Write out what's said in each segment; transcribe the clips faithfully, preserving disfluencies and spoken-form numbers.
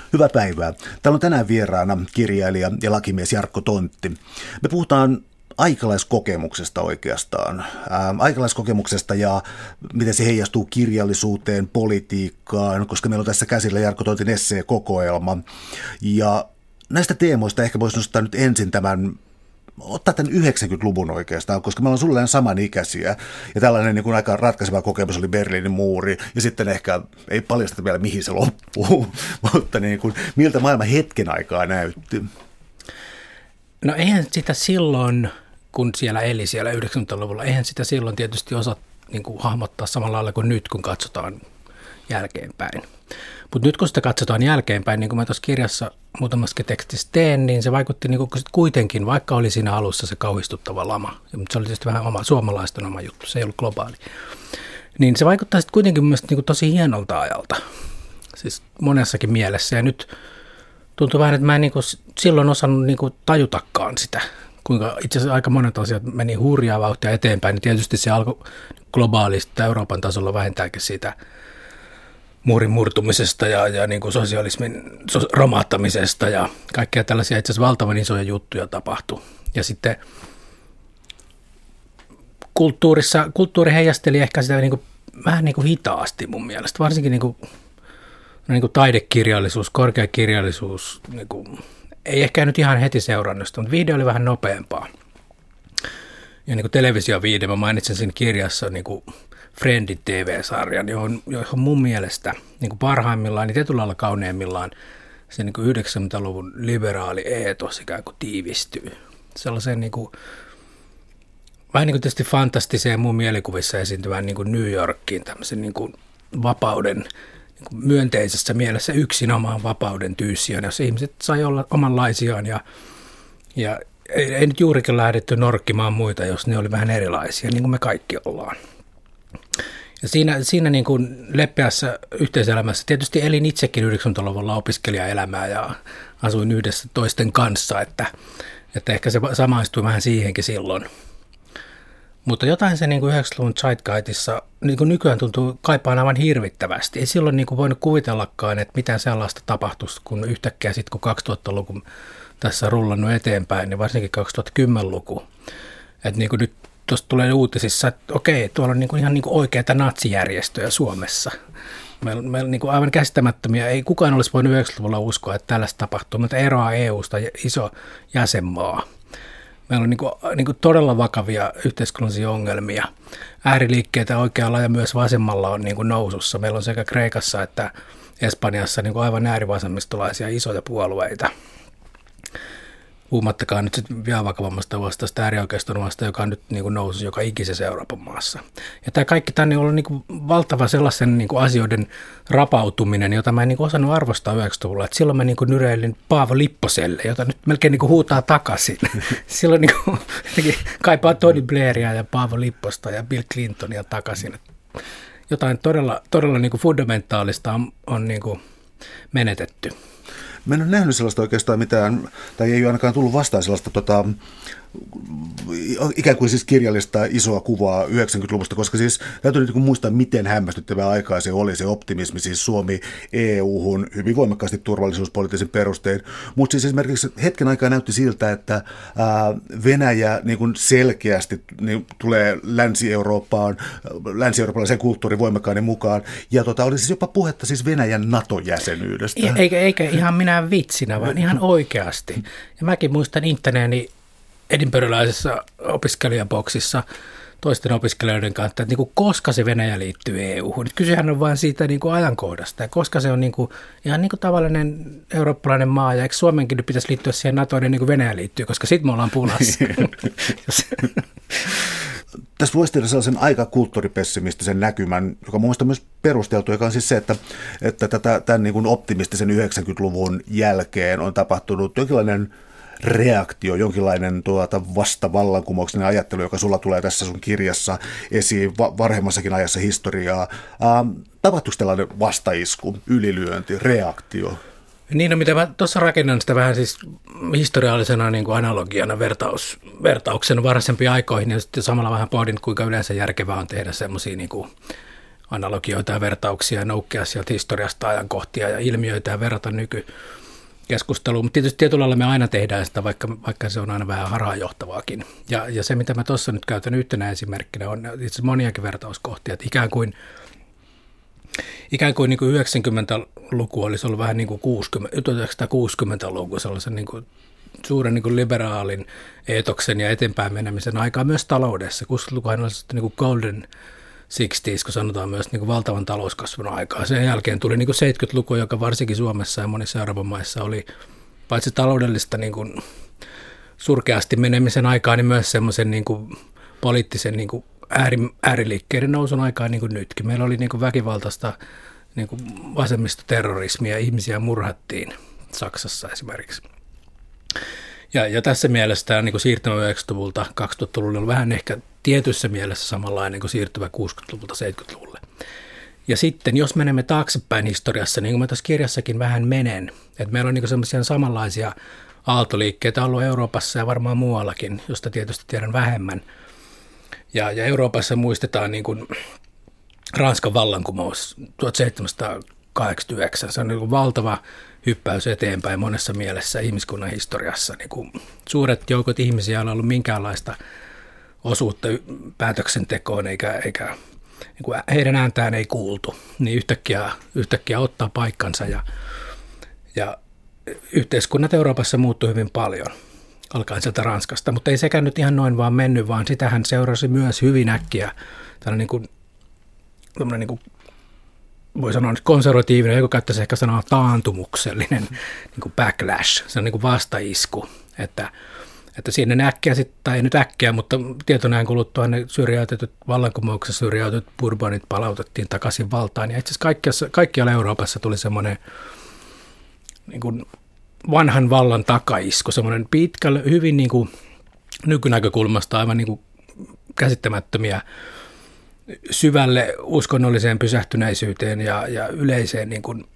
Hyvää päivää. Täällä on tänään vieraana kirjailija ja lakimies Jarkko Tontti. Me puhutaan aikalaiskokemuksesta oikeastaan. Ää, aikalaiskokemuksesta ja miten se heijastuu kirjallisuuteen, politiikkaan, koska meillä on tässä käsillä Jarkko Tontin esseekokoelma. Ja näistä teemoista ehkä voisi nostaa nyt ensin tämän, ottaa tämän yhdeksänkymmentäluvun oikeastaan, koska me ollaan sulle samanikäisiä. Ja tällainen niin kuin aika ratkaiseva kokemus oli Berliinin muuri. Ja sitten ehkä, ei paljasteta vielä mihin se loppuu, mutta niin kuin, miltä maailma hetken aikaa näytti. No eihän sitä silloin, kun siellä eli siellä yhdeksänkymmentäluvulla, eihän sitä silloin tietysti osaa niin kuin hahmottaa samalla lailla kuin nyt, kun katsotaan jälkeenpäin. Mutta nyt kun sitä katsotaan jälkeenpäin, niin kuin mä tuossa kirjassa muutamassa tekstissä teen, niin se vaikutti niin kuin kuitenkin, vaikka oli siinä alussa se kauhistuttava lama, mutta se oli tietysti vähän oma, suomalaisten oma juttu, se ei ollut globaali, niin se vaikuttaa sitten kuitenkin mun mielestä niin kuin tosi hienolta ajalta, siis monessakin mielessä. Ja nyt tuntuu vähän, että mä en niin kuin silloin osannut niin kuin tajutakaan sitä, kuinka itse asiassa aika monet asiat meni hurjaa vauhtia eteenpäin, niin tietysti se alkoi globaalisti Euroopan tasolla vähintääkin siitä muurin murtumisesta ja, ja niin kuin sosialismin romahttamisesta ja kaikkea tällaisia itse asiassa valtavan isoja juttuja tapahtui. Ja sitten kulttuurissa, kulttuuri heijasteli ehkä sitä niin kuin, vähän niin kuin hitaasti mun mielestä, varsinkin niin kuin, niin kuin taidekirjallisuus, korkeakirjallisuus, niin kuin, ei ehkä nyt ihan heti seurannosta, mutta video oli vähän nopeampaa. Ja niin kuin televisioviide, mä mainitsin siinä kirjassa niin kuin Friendit T V-sarjan, johon, johon mun mielestä niin kuin parhaimmillaan, niin tietyllä lailla kauneimmillaan se niin kuin yhdeksänkymmentäluvun liberaali eetos ikään kuin tiivistyy. Sellaiseen niin kuin, vähän niin kuin tietysti fantastiseen mun mielikuvissa esiintyvään niin kuin New Yorkiin, tämmöisen niin kuin vapauden, niin kuin myönteisessä mielessä yksinomaan vapauden tyyssiön, jos ihmiset sai olla omanlaisiaan ja, ja ei, ei nyt juurikin lähdetty norkkimaan muita, jos ne oli vähän erilaisia, niin kuin me kaikki ollaan. Ja siinä, siinä niin kuin leppeässä yhteiselämässä tietysti elin itsekin yhdeksänkymmentäluvulla opiskelijaelämää ja asuin yhdessä toisten kanssa, että, että ehkä se samaistui vähän siihenkin silloin. Mutta jotain se niin kuin yhdeksänkymmentäluvun zeitgeistissa niin kuin nykyään tuntuu kaipaan aivan hirvittävästi. Ei silloin niin kuin voinut kuvitellakaan, että mitään sellaista tapahtuisi, kun yhtäkkiä sitten kun kaksituhattaluku tässä rullannut eteenpäin, niin varsinkin kaksituhattakymmenluku. Että niin kuin nyt tuosta tulee uutisissa, että okei, tuolla on niinku ihan niinku oikeita natsijärjestöjä Suomessa. Meillä on, meillä on niinku aivan käsittämättömiä. Ei kukaan olisi voinut yhdeksänkymmentäluvulla uskoa, että tällaista tapahtuu, mutta eroaa E U:sta iso jäsenmaa. Meillä on niinku, niinku todella vakavia yhteiskunnallisia ongelmia. Ääriliikkeitä oikealla ja myös vasemmalla on niinku nousussa. Meillä on sekä Kreikassa että Espanjassa niinku aivan äärivasemmistolaisia isoja puolueita. Puhumattakaan nyt sitten vielä vakavammasta vastaista äärioikeiston vasta, joka on nyt niin kuin noussut joka ikisessä Euroopan maassa. Ja tämä kaikki tänne on ollut niin kuin valtava sellaisen niin kuin asioiden rapautuminen, jota mä en niin kuin osannut arvostaa yhdeksänkymmentäluvulla. Että silloin mä niin kuin nyreilin Paavo Lipposelle, jota nyt melkein niin kuin huutaa takaisin. Silloin niin kuin kaipaa Tony Blairia ja Paavo Lipposta ja Bill Clintonia takaisin. Että jotain todella, todella niin kuin fundamentaalista on, on niin kuin menetetty. Mä en ole nähnyt sellaista oikeastaan mitään, tai ei ole ainakaan tullut vastaan sellaista tota, ikään kuin siis kirjallista isoa kuvaa yhdeksänkymmentäluvusta, koska siis täytyy nyt muistaa, miten hämmästyttävää aikaa se oli, se optimismi, siis Suomi E U-hun hyvin voimakkaasti turvallisuuspoliittisen perustein, mutta siis esimerkiksi hetken aikaa näytti siltä, että ää, Venäjä niin kuin selkeästi niin tulee Länsi-Eurooppaan, länsi-eurooppalaisen kulttuurin voimakkainen mukaan, ja tota, oli siis jopa puhetta siis Venäjän NATO-jäsenyydestä. Eikä, eikä ihan minä vitsinä, vaan ihan oikeasti. Ja mäkin muistan interneeni edinburghilaisessa opiskelijaboksissa toisten opiskelijoiden kanssa, että niin kuin koska se Venäjä liittyy E U-hun. Kysehän on vain siitä niin kuin ajankohdasta ja koska se on niin kuin, ihan niin kuin tavallinen eurooppalainen maa ja eikö Suomenkin nyt pitäisi liittyä siihen NATOon niin kuin Venäjä liittyy, koska sitten me ollaan pulassa. Tässä voisi tehdä sellaisen aika kulttuuripessimistisen näkymän, joka mun mielestä on myös perusteltu, joka on siis se, että, että tätä, tämän niin kuin optimistisen yhdeksänkymmentäluvun jälkeen on tapahtunut jonkinlainen reaktio, jonkinlainen tuota vastavallankumouksellinen ajattelu, joka sulla tulee tässä sun kirjassa esiin va- varhemmassakin ajassa historiaa. Ähm, tapahtuiko tällainen vastaisku, ylilyönti, reaktio? Niin, no mitä mä tuossa rakennan sitä vähän siis historiallisena niin kuin analogiana vertaus, vertauksen varhaisempiin aikoihin ja sitten samalla vähän pohdin, kuinka yleensä järkevää on tehdä semmoisia niin kuin analogioita ja vertauksia ja noukkea sieltä historiasta ajankohtia ja ilmiöitä ja verrata nykykeskusteluun. Mutta tietysti tietyllä lailla me aina tehdään sitä, vaikka, vaikka se on aina vähän harhaanjohtavaakin. Ja, ja se, mitä mä tuossa nyt käytän yhtenä esimerkkinä, on itse asiassa moniakin vertauskohtia, että ikään kuin Ikään kuin, niin kuin yhdeksänkymmentäluku olisi ollut vähän niin kuin kuusikymmentä, tuhatyhdeksänsataakuusikymmentäluku sellaisen niin kuin suuren niin kuin liberaalin eetoksen ja eteenpäin menemisen aikaa myös taloudessa. kuusikymmentälukuhan oli niin kuin golden sixties, kun sanotaan myös niin kuin valtavan talouskasvun aikaa. Sen jälkeen tuli niin kuin seitsemänkymmentäluku, joka varsinkin Suomessa ja monissa Euroopan maissa oli paitsi taloudellista niin kuin surkeasti menemisen aikaa, niin myös semmoisen niin kuin poliittisen niin kuin ääri, ääriliikkeiden nousun aikaa niin kuin nytkin. Meillä oli niin kuin väkivaltaista niin kuin vasemmistoterrorismia, ihmisiä murhattiin Saksassa esimerkiksi. Ja, ja tässä mielessä tämä niin kuin siirtymä yhdeksänkymmentäluvulta kaksituhattaluvulle on vähän ehkä tietyssä mielessä samanlainen kuin siirtymä kuusikymmentäluvulta seitsemänkymmentäluvulle. Ja sitten jos menemme taaksepäin historiassa, niin kuin mä tässä kirjassakin vähän menen, että meillä on niin kuin sellaisia samanlaisia aaltoliikkeitä ollut Euroopassa ja varmaan muuallakin, josta tietysti tiedän vähemmän. Ja, ja Euroopassa muistetaan niin kuin Ranskan vallankumous tuhatseitsemänsataakahdeksankymmentäyhdeksän. Se on niin kuin valtava hyppäys eteenpäin monessa mielessä ihmiskunnan historiassa. Niin kuin suuret joukot ihmisiä on ollut minkäänlaista osuutta päätöksentekoon, eikä, eikä niin kuin heidän ääntään ei kuultu. Niin yhtäkkiä, yhtäkkiä ottaa paikkansa ja, ja yhteiskunnat Euroopassa muuttui hyvin paljon. Alkaen sieltä Ranskasta, mutta ei sekään nyt ihan noin vaan mennyt, vaan sitähän seurasi myös hyvin äkkiä tällainen niin kuin, tällainen niin kuin voi sanoa nyt konservatiivinen, joku käyttäisi ehkä sanaa taantumuksellinen niin kuin backlash, se on niin kuin vastaisku, että, että siinä äkkiä sitten, tai ei nyt äkkiä, mutta tietonään kuluttua ne syrjäytetyt vallankumouksessa syrjäytetyt Bourbonit palautettiin takaisin valtaan, ja itse asiassa kaikkialla Euroopassa tuli semmoinen niin kuin vanhan vallan takaisku, semmoinen pitkälle, hyvin niin kuin nykynäkökulmasta aivan niin kuin käsittämättömiä syvälle uskonnolliseen pysähtyneisyyteen ja, ja yleiseen niin kuin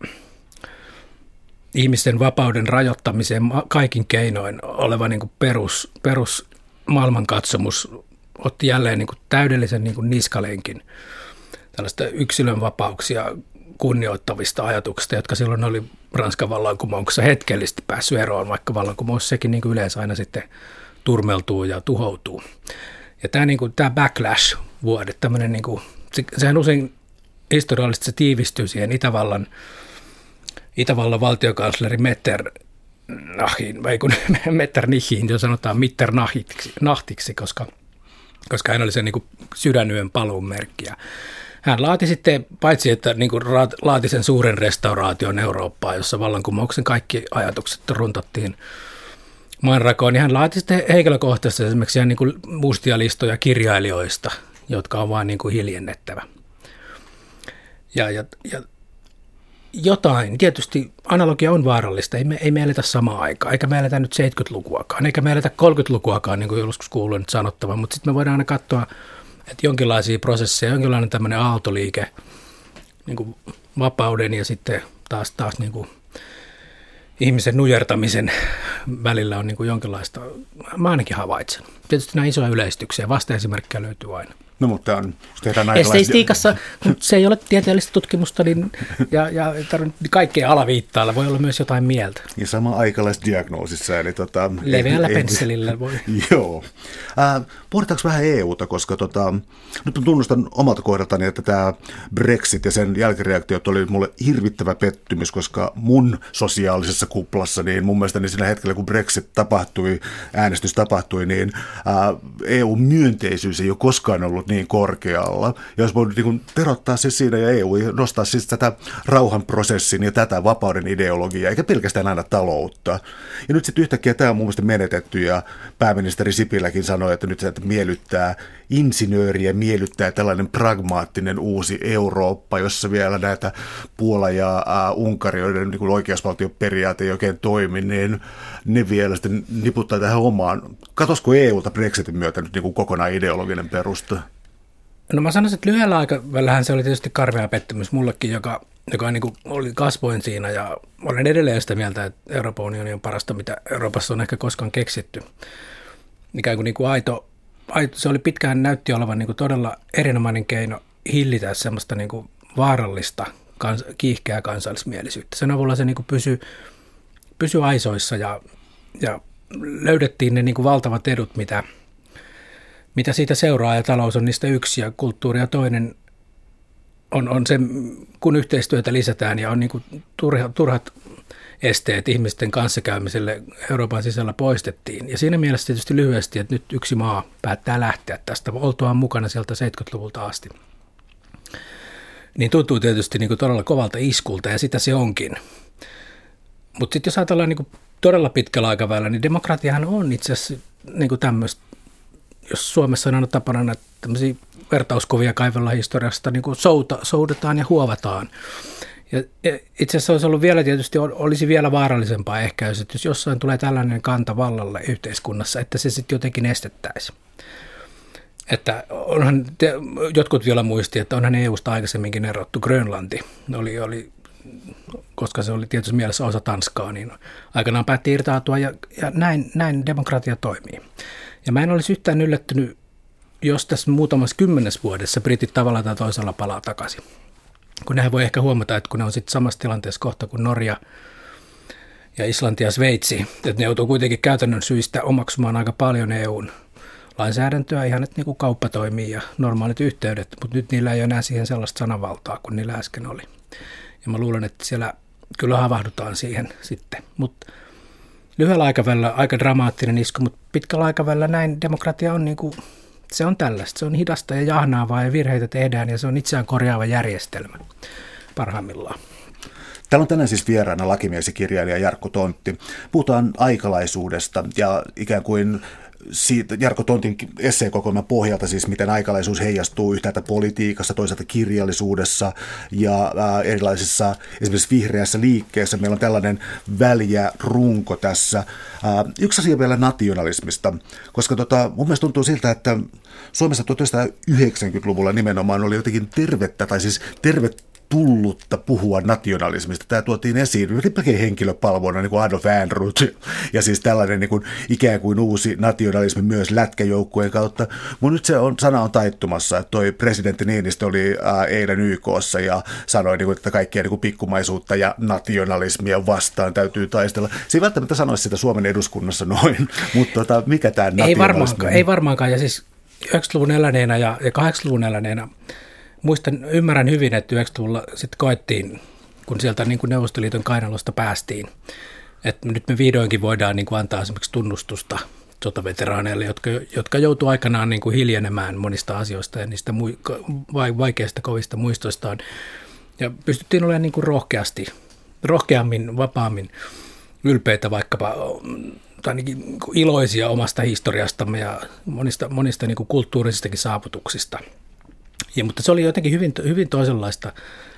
ihmisten vapauden rajoittamiseen kaikin keinoin oleva niin kuin perus, perus maailmankatsomus otti jälleen niin kuin täydellisen niin kuin niskalenkin tällaista yksilön vapauksia kunnioittavista ajatuksista, jotka silloin oli Ranskan vallankumouksessa hetkellisesti päässyt eroon, vaikka vallankumous sekin niin kuin yleensä aina sitten turmeltuu ja tuhoutuu. Ja tämä, niin kuin, tämä backlash-vuodet, tämmöinen, niin kuin, se, sehän usein historiallisesti se tiivistyy siihen Itävallan, Itävallan valtiokansleri Metternichin, vai kun Metternichiin, jo sanotaan Mitternachtiksi, koska, koska hän oli se niin kuin sydänyön paluun merkki. Hän laati sitten, paitsi että niin kuin laati sen suuren restauraation Eurooppaan, jossa vallankumouksen kaikki ajatukset runtattiin maanrakoon, niin hän laati sitten henkilökohtaisesti esimerkiksi ihan niin kuin mustia listoja kirjailijoista, jotka on vaan niin kuin hiljennettävä. Ja, ja, ja jotain, tietysti analogia on vaarallista, ei me, ei me eletä samaa aikaa, eikä me eletä nyt seitsemänkymmentälukuakaan, eikä me eletä kolmekymmentälukuakaan, niin kuin joskus kuuluu nyt sanottavan, mutta sitten me voidaan aina katsoa, että jonkinlaisia prosesseja, jonkinlainen tämmöinen aaltoliike niin kuin vapauden ja sitten taas, taas niin kuin ihmisen nujertamisen välillä on niin kuin jonkinlaista, mä ainakin havaitsen. Tietysti nämä isoja yleistyksiä, vasta-esimerkkejä löytyy aina. No mutta on, estetiikassa, kun se ei ole tieteellistä tutkimusta, niin, ja, ja kaikkea alaviittailla voi olla myös jotain mieltä. Ja sama aikalaisdiagnoosissa. Eli tota, leveällä ei, pensselillä voi. Joo. Äh, Puhditaanko vähän E U:ta, koska tota, nyt tunnustan omalta kohdaltani, että tämä Brexit ja sen jälkireaktiot oli mulle hirvittävä pettymys, koska mun sosiaalisessa kuplassa, niin mun mielestä niin siinä hetkellä, kun Brexit tapahtui, äänestys tapahtui, niin äh, E U-myönteisyys ei ole koskaan ollut niin korkealla. Ja jos voin niin terottaa siis siinä ja E U nostaa siis tätä rauhanprosessin ja tätä vapauden ideologiaa, eikä pelkästään aina taloutta. Ja nyt sitten yhtäkkiä tämä on mun mielestä menetetty ja pääministeri Sipiläkin sanoi, että nyt se miellyttää insinööriä, miellyttää tällainen pragmaattinen uusi Eurooppa, jossa vielä näitä Puola ja uh, Unkari, joiden niin oikeusvaltioperiaate ei oikein toimi, niin ne vielä sitten niputtaa tähän omaan. Katosko E U:ta Brexitin myötä nyt niin kuin kokonaan ideologinen perusta? No mä sanoisin, että lyhyellä aikavälillähän se oli tietysti karmea pettymys mullekin, joka, joka niin kuin oli kasvoin siinä, ja olen edelleen sitä mieltä, että Euroopan unioni on parasta, mitä Euroopassa on ehkä koskaan keksitty. Ikään kuin, niin kuin aito, aito, se oli pitkään näytti olevan niin kuin todella erinomainen keino hillitä semmoista niin kuin vaarallista, kans, kiihkeää kansallismielisyyttä. Sen avulla se niin kuin pysyi, pysyi aisoissa ja, ja löydettiin ne niin kuin valtavat edut, mitä, mitä siitä seuraa, ja talous on niistä yksi ja kulttuuri ja toinen on, on se, kun yhteistyötä lisätään ja on niin kuin turhat, turhat esteet ihmisten kanssakäymiselle Euroopan sisällä poistettiin. Ja siinä mielessä tietysti lyhyesti, että nyt yksi maa päättää lähteä tästä oltuaan mukana sieltä seitsemänkymmentäluvulta asti. Niin tuntuu tietysti niin kuin todella kovalta iskulta, ja sitä se onkin. Mutta sitten jos ajatellaan niin kuin todella pitkällä aikavälillä, niin demokratiahan on itse asiassa niin kuin tämmöistä, jos Suomessa on aina tapana näitä tämmöisiä vertauskuvia kaivella historiasta, niin kuin souta, soudetaan ja huovataan. Ja itse asiassa olisi ollut vielä tietysti, olisi vielä vaarallisempaa ehkä, jos jossain tulee tällainen kanta vallalle yhteiskunnassa, että se sitten jotenkin estettäisiin. Että onhan, jotkut vielä muisti, että onhan E U:sta aikaisemminkin erottu Grönlanti, oli, oli, koska se oli tietysti mielessä osa Tanskaa, niin aikanaan päätti irtautua ja, ja näin, näin demokratia toimii. Ja mä en olisi yhtään yllättynyt, jos tässä muutamassa kymmenes vuodessa britit tavalla tai toisella palaa takaisin. Kun nehän voi ehkä huomata, että kun ne on sitten samassa tilanteessa kohta kuin Norja ja Islanti ja Sveitsi, että ne joutuu kuitenkin käytännön syistä omaksumaan aika paljon E U:n lainsäädäntöä, ihan että niin kuin kauppa toimii ja normaalit yhteydet, mutta nyt niillä ei ole enää siihen sellaista sananvaltaa kuin niillä äsken oli. Ja mä luulen, että siellä kyllä havahdutaan siihen sitten, mutta lyhyellä aikavälillä aika dramaattinen isku, mutta pitkällä aikavälillä näin demokratia on niin kuin, se on tällaista, se on hidasta ja jahnaavaa ja virheitä tehdään ja se on itseään korjaava järjestelmä parhaimmillaan. Täällä on tänään siis vieraana lakimies ja kirjailija Jarkko Tontti. Puhutaan aikalaisuudesta ja ikään kuin siitä Jarkko Tontin esseekokoelman pohjalta siis, miten aikalaisuus heijastuu yhtäältä politiikassa, toisaalta kirjallisuudessa ja ää, erilaisissa esimerkiksi vihreässä liikkeessä. Meillä on tällainen väljä runko tässä. Ää, yksi asia vielä nationalismista, koska tota, mun mielestä tuntuu siltä, että Suomessa tuhatyhdeksänsataayhdeksänkymmentäluvulla nimenomaan oli jotenkin tervettä, tai siis tervettä, tullutta puhua nationalismista. Tämä tuotiin esiin melkein henkilöpalvona, niin kuin Adolf Ehrnrooth, ja siis tällainen niin kuin, ikään kuin uusi nationalismi myös lätkäjoukkueen kautta. Mutta nyt se on, sana on taittumassa, että toi presidentti Niinistö oli ää, eilen Y K:ssa ja sanoi, niin kuin, että kaikkia niin kuin pikkumaisuutta ja nationalismia vastaan täytyy taistella. Se ei välttämättä sanoisi sitä Suomen eduskunnassa noin, mutta tota, mikä tämä nationalismi ei varmaankaan, ei varmaankaan, ja siis yhdeksänkymmentäluvun eläneenä ja, ja kahdeksankymmentäluvun eläneenä muistan, ymmärrän hyvin, että yhdeksänkymmentäluvulla sitten koettiin, kun sieltä niin kuin Neuvostoliiton kainalosta päästiin, että nyt me vihdoinkin voidaan niin kuin antaa esimerkiksi tunnustusta sotaveteraaneille, jotka, jotka joutuu aikanaan niin kuin hiljenemään monista asioista ja niistä vaikeista kovista muistoistaan. Ja pystyttiin olemaan niin kuin rohkeasti, rohkeammin, vapaammin ylpeitä vaikkapa, tai ainakin iloisia omasta historiastamme ja monista, monista niin kuin kulttuurisistakin saavutuksista. Ja, mutta se oli jotenkin hyvin, hyvin toisenlaista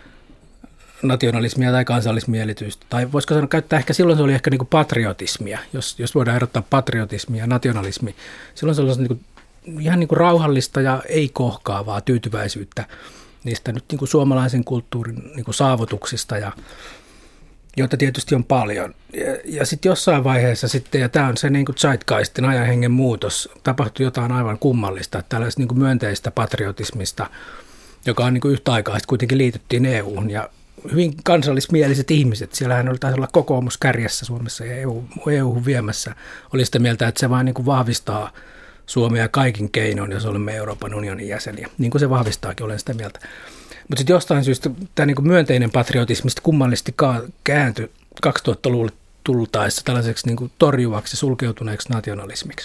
nationalismia tai kansallismielitystä. Tai voisiko sanoa, käyttää ehkä silloin se oli ehkä niin kuin patriotismia, jos, jos voidaan erottaa patriotismi ja nationalismi. Silloin se oli niin kuin, ihan niin kuin rauhallista ja ei-kohkaavaa tyytyväisyyttä niistä nyt niin kuin suomalaisen kulttuurin niin kuin saavutuksista, ja, joita tietysti on paljon. Ja, ja sitten jossain vaiheessa sitten, ja tämä on se niin kuin zeitgeistin ajanhengen muutos, tapahtui jotain aivan kummallista, tällaista niin kuin myönteistä patriotismista, joka on niin kuin yhtä aikaa kuitenkin liityttiin E U:hun, ja hyvin kansallismieliset ihmiset, siellähän oli taisi olla kokoomus kärjessä Suomessa ja E U, E U:hun viemässä, oli sitä mieltä, että se vain niin kuin vahvistaa Suomea kaikin keinoin, jos olemme Euroopan unionin jäseniä, niin kuin se vahvistaakin, olen sitä mieltä. Mutta sitten jostain syystä tämä niin kuin myönteinen patriotismi kummallisesti kääntyi kaksituhattaluvulle tultaessa tällaiseksi niin kuin torjuvaksi, sulkeutuneeksi nationalismiksi.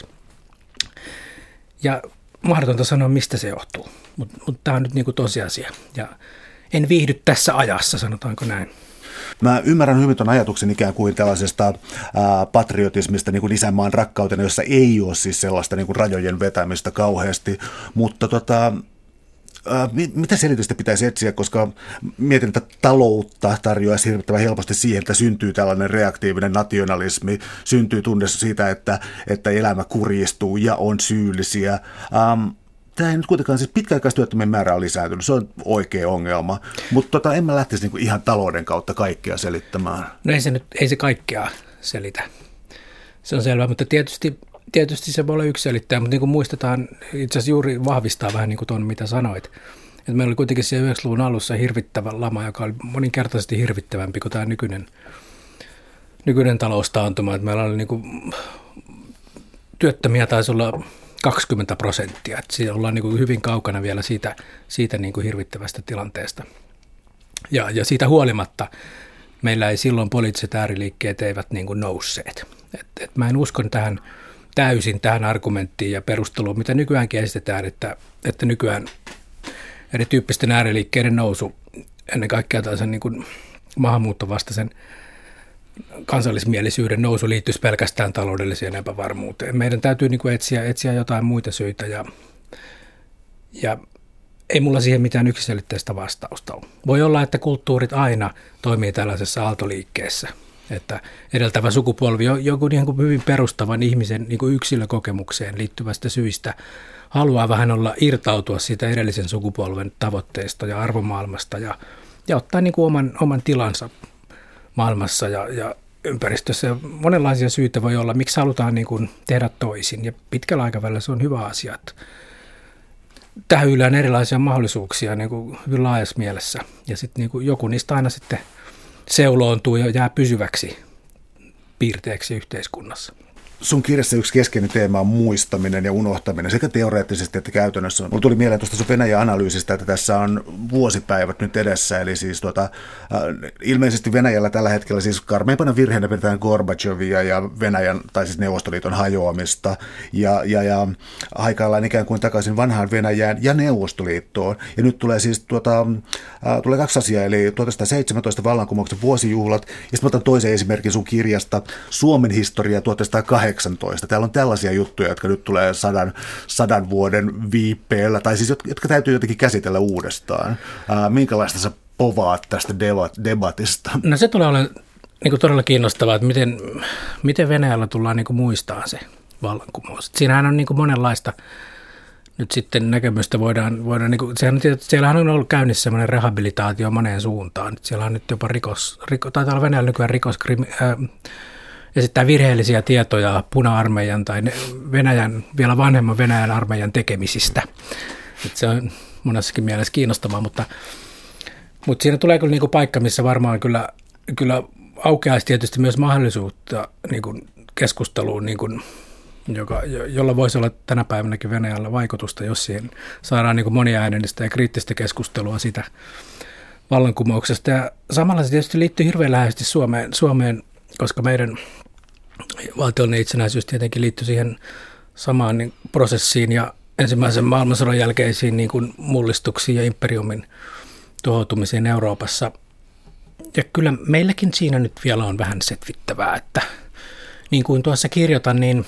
Ja mahdotonta sanoa, mistä se johtuu, mutta mut tämä on nyt niin kuin tosiasia. Ja en viihdy tässä ajassa, sanotaanko näin. Mä ymmärrän hyvin tuon ajatuksen ikään kuin tällaisesta ää, patriotismista niin kuin isänmaan rakkautena, jossa ei ole siis sellaista niin kuin rajojen vetämistä kauheasti, mutta tota, ää, mitä selitystä pitäisi etsiä, koska mietin, että taloutta tarjoaisi hirvittävän helposti siihen, että syntyy tällainen reaktiivinen nationalismi, syntyy tunne siitä, että, että elämä kurjistuu ja on syyllisiä. Ähm, Tämä ei nyt kuitenkaan, siis pitkäaikaistyöttömien määrä on lisääntynyt, se on oikea ongelma, mutta tota, en mä lähtisi niinku ihan talouden kautta kaikkea selittämään. No ei se nyt, ei se kaikkea selitä, se on selvä, mutta tietysti, tietysti se voi olla yksi selittäjä, mutta niin kuin muistetaan, itse asiassa juuri vahvistaa vähän niin kuin tuon, mitä sanoit, Et meillä oli kuitenkin siellä yhdeksänkymmentäluvun alussa hirvittävä lama, joka oli moninkertaisesti hirvittävämpi kuin tämä nykyinen, nykyinen taloustaantuma. Et meillä oli niinku, työttömiä taisi olla kaksikymmentä prosenttia. Et siinä ollaan niinku hyvin kaukana vielä siitä, siitä niinku hirvittävästä tilanteesta. Ja, ja siitä huolimatta meillä ei silloin poliittiset ääriliikkeet eivät niinku nousseet. Et, et mä en usko tähän täysin tähän argumenttiin ja perusteluun, mitä nykyäänkin esitetään, että, että nykyään erityyppisten ääriliikkeiden nousu, ennen kaikkea tällaisen niin kuin maahanmuuttovastaisen kansallismielisyyden nousu liittyisi pelkästään taloudelliseen epävarmuuteen. Meidän täytyy niin kuin etsiä, etsiä jotain muita syitä ja, ja ei mulla siihen mitään yksiselitteistä vastausta ole. Voi olla, että kulttuurit aina toimii tällaisessa aaltoliikkeessä, että edeltävä sukupolvi joku niin kuin hyvin perustavan ihmisen niin kuin yksilökokemukseen liittyvästä syistä haluaa vähän olla irtautua siitä edellisen sukupolven tavoitteista ja arvomaailmasta ja, ja ottaa niin kuin oman, oman tilansa maailmassa ja, ja ympäristössä. Monenlaisia syitä voi olla, miksi halutaan niin kuin tehdä toisin ja pitkällä aikavälillä se on hyvä asia. Tähän yllään erilaisia mahdollisuuksia niin kuin hyvin laajassa mielessä ja sitten niin kuin joku niistä aina sitten seuloontuu ja jää pysyväksi piirteeksi yhteiskunnassa. Sun kirjassa yksi keskeinen teema on muistaminen ja unohtaminen sekä teoreettisesti että käytännössä. Mulla tuli mieleen tuosta sun Venäjä-analyysistä, että tässä on vuosipäivät nyt edessä, eli siis tuota, äh, ilmeisesti Venäjällä tällä hetkellä siis karmeimpana virheenä pidetään Gorbachevia ja Venäjän, tai siis Neuvostoliiton hajoamista, ja, ja, ja haikaillaan ikään kuin takaisin vanhaan Venäjään ja Neuvostoliittoon. Ja nyt tulee siis tuota, äh, tulee kaksi asiaa, eli tuhatyhdeksänsataaseitsemäntoista vallankumouksen vuosijuhlat, ja sitten mä otan toisen esimerkin sun kirjasta, Suomen historia tuhatyhdeksänsataakahdeksantoista. Täällä on tällaisia juttuja, jotka nyt tulee sadan, sadan vuoden viipeellä, tai siis jotka täytyy jotenkin käsitellä uudestaan. Ää, minkälaista sä povaat tästä debatista? No se tulee olemaan niin kuin todella kiinnostavaa, että miten, miten Venäjällä tullaan niin kuin muistaa se vallankumous. Siinähän on niin kuin monenlaista nyt sitten näkemystä voidaan, voidaan niin kuin, sehän, siellähän on ollut käynnissä semmoinen rehabilitaatio moneen suuntaan. Siellä on nyt jopa rikos, rikos taitaa olla Venäjällä nykyään rikos, äh, esittää virheellisiä tietoja Puna-armeijan tai Venäjän, vielä vanhemman Venäjän armeijan tekemisistä. Et se on monessakin mielessä kiinnostavaa, mutta, mutta siinä tulee kyllä niinku paikka, missä varmaan kyllä, kyllä aukeaisi tietysti myös mahdollisuutta niinku keskusteluun, niinku, joka, jolla voisi olla tänä päivänäkin Venäjällä vaikutusta, jos siihen saadaan niinku moniäänellistä ja kriittistä keskustelua sitä vallankumouksesta. Ja samalla se tietysti liittyy hirveän läheisesti Suomeen, Suomeen koska meidän valtiollinen itsenäisyys tietenkin liittyy siihen samaan niin, prosessiin ja ensimmäisen maailmansodan jälkeisiin niin kuin mullistuksiin ja imperiumin tuhoutumiseen Euroopassa. Ja kyllä meilläkin siinä nyt vielä on vähän setvittävää, että niin kuin tuossa kirjoitan, niin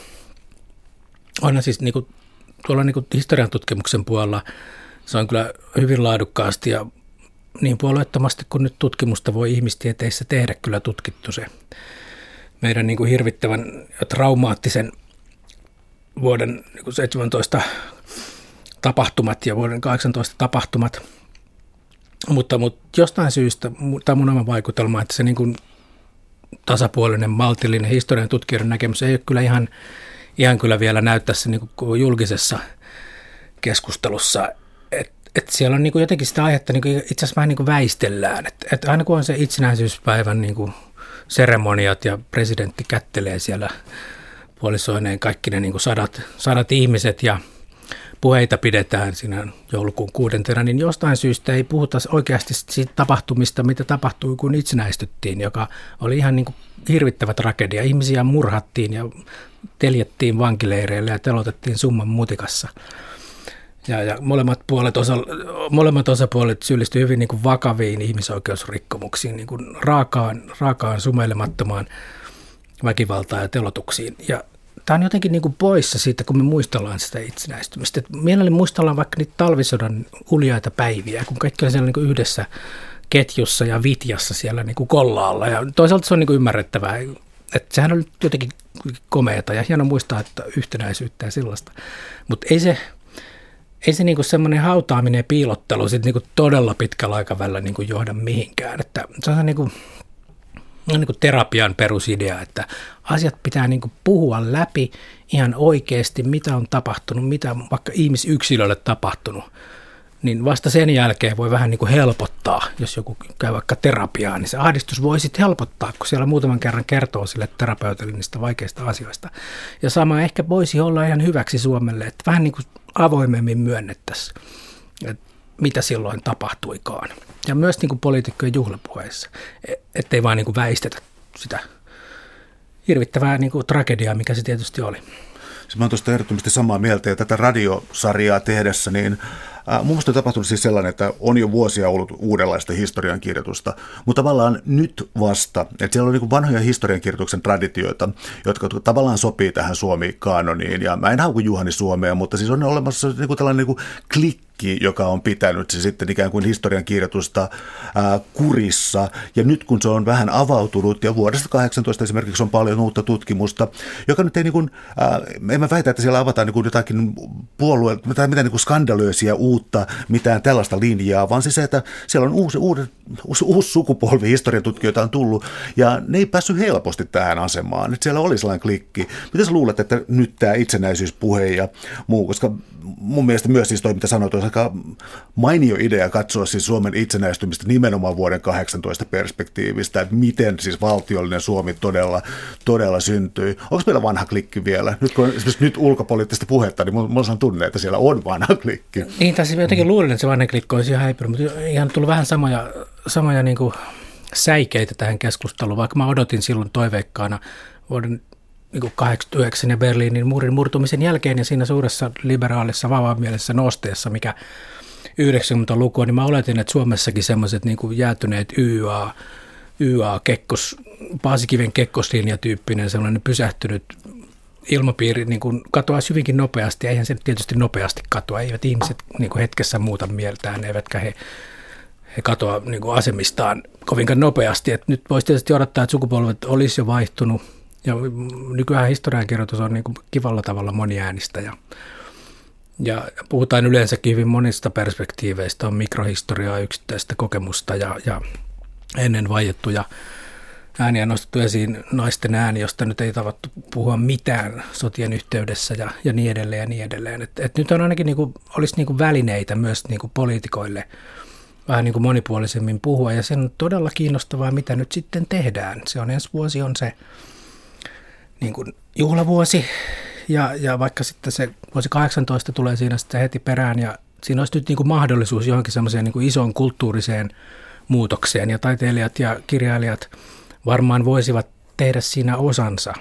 on siis niin kuin, tuolla niin kuin historian tutkimuksen puolella se on kyllä hyvin laadukkaasti ja niin puolueettomasti kuin nyt tutkimusta voi ihmistieteissä tehdä, kyllä tutkittu se meidän niin kuin hirvittävän ja traumaattisen vuoden niin kuin seitsemäntoista tapahtumat ja vuoden kahdeksantoista tapahtumat. Mutta, mutta jostain syystä, tämä mun oma vaikutelma, että se niin kuin tasapuolinen, maltillinen historian tutkijoiden näkemys ei ole kyllä ihan, ihan kyllä vielä näy tässä niin kuin julkisessa keskustelussa. Että siellä on niinku jotenkin sitä aihetta niinku itse asiassa vähän niinku väistellään. Että et aina kun on se itsenäisyyspäivän niinku seremoniat ja presidentti kättelee siellä puolisoineen kaikki ne niinku sadat, sadat ihmiset ja puheita pidetään siinä joulukuun kuudentena, niin jostain syystä ei puhuta oikeasti siitä tapahtumista, mitä tapahtui, kun itsenäistyttiin, joka oli ihan niinku hirvittävä tragedia. Ihmisiä murhattiin ja teljettiin vankileireille ja telotettiin summan mutikassa. Ja, ja molemmat, puolet osa, molemmat osapuolet syyllistyivät hyvin niin kuin vakaviin ihmisoikeusrikkomuksiin, niin kuin raakaan, raakaan sumeilemattomaan väkivaltaan ja telotuksiin. Ja tämä on jotenkin niin kuin poissa siitä, kun me muistellaan sitä itsenäistymistä. Mielelläni muistellaan vaikka niitä talvisodan uljaita päiviä, kun kaikki on siellä niin kuin yhdessä ketjussa ja vitjassa siellä niin kuin kollaalla. Ja toisaalta se on niin kuin ymmärrettävää, että sehän on jotenkin komeata ja hieno muistaa, että yhtenäisyyttä ja sellaista, mutta ei se... Ei se niinku semmoinen hautaaminen ja piilottelu sit niinku todella pitkällä aikavälillä niinku johda mihinkään. Että se on niinku, niinku terapian perusidea, että asiat pitää niinku puhua läpi ihan oikeasti, mitä on tapahtunut, mitä on vaikka ihmisyksilölle tapahtunut niin vasta sen jälkeen voi vähän niin kuin helpottaa, jos joku käy vaikka terapiaa, niin se ahdistus voi sitten helpottaa, kun siellä muutaman kerran kertoo sille terapeutille niistä vaikeista asioista. Ja sama ehkä voisi olla ihan hyväksi Suomelle, että vähän niin kuin avoimemmin myönnettäisiin, että mitä silloin tapahtuikaan. Ja myös niin kuin poliitikkojen juhlapuheissa, ettei vaan niin kuin väistetä sitä hirvittävää niin kuin tragediaa, mikä se tietysti oli. Mä oon tuosta ehdottomasti samaa mieltä, ja tätä radiosarjaa tehdessä, niin äh, mun mielestä on tapahtunut siis sellainen, että on jo vuosia ollut uudenlaista historiankirjoitusta, mutta tavallaan nyt vasta, että siellä on niin kuin vanhoja historiankirjoituksen traditioita, jotka tavallaan sopii tähän Suomi-kaanoniin, ja mä en hauku Juhani Suomea, mutta siis on olemassa niin kuin tällainen niin kuin klikki, joka on pitänyt se sitten ikään kuin historiankirjoitusta ää, kurissa, ja nyt kun se on vähän avautunut, ja vuodesta kahdeksantoista esimerkiksi on paljon uutta tutkimusta, joka nyt ei niin kuin, ää, en mä väitä, että siellä avataan niin kuin jotakin puolue, tai mitään niin kuin skandalöisiä uutta, mitään tällaista linjaa, vaan siis se, että siellä on uusi, uusi, uusi, uusi sukupolvi historiantutkijoita on tullut, ja ne ei päässyt helposti tähän asemaan, että siellä oli sellainen klikki. Miten sä luulet, että nyt tämä itsenäisyyspuhe ja muu, koska mun mielestä myös siis toi, mitä sanoit, on aika mainio idea katsoa siis Suomen itsenäistymistä nimenomaan vuoden kahdeksantoista perspektiivistä, että miten siis valtiollinen Suomi todella, todella syntyi. Onko meillä vanha klikki vielä? Nyt kun on esimerkiksi nyt ulkopoliittista puhetta, niin mulla on tunne, että siellä on vanha klikki. Niin, tässä jotenkin luulin, että se vanha klikki olisi ihan häipynyt, mutta ihan tullut vähän samoja, samoja niin kuin säikeitä tähän keskusteluun, vaikka mä odotin silloin toiveikkaana vuoden niin kahdeksankymmentäyhdeksän ja Berliinin muurin murtumisen jälkeen ja siinä suuressa liberaalissa vapaamielisessä nosteessa, mikä yhdeksänkymmentäluku on, niin mä oletin, että Suomessakin semmoiset niin kuin jäätyneet Y A, Y A kekkos, Paasikiven kekkoslinjatyyppinen sellainen pysähtynyt ilmapiiri niin kuin katoaisi hyvinkin nopeasti, eihän se tietysti nopeasti katoa, eivät ihmiset niin kuin hetkessä muuta mieltään, eivätkä he, he katoa niin kuin asemistaan kovinkaan nopeasti. Et nyt voisi tietysti odottaa, että sukupolvet olisi jo vaihtunut, ja nykyään historiankirjoitus on niin kuin kivalla tavalla moniäänistä, ja, ja puhutaan yleensäkin hyvin monista perspektiiveistä, on mikrohistoriaa, yksittäistä kokemusta ja, ja ennen vaiettuja ääniä nostettu esiin naisten ääni, josta nyt ei tavattu puhua mitään sotien yhteydessä ja, ja niin edelleen ja niin edelleen. Et, et nyt on ainakin niin kuin, olisi niin kuin välineitä myös niin kuin poliitikoille vähän niin kuin monipuolisemmin puhua, ja se on todella kiinnostavaa, mitä nyt sitten tehdään. Se on ensi vuosi on se niin kuin juhlavuosi, ja, ja vaikka sitten se vuosi kahdeksantoista tulee siinä sitten heti perään, ja siinä olisi nyt niin kuin mahdollisuus johonkin semmoiseen niin kuin isoon kulttuuriseen muutokseen, ja taiteilijat ja kirjailijat varmaan voisivat tehdä siinä osansa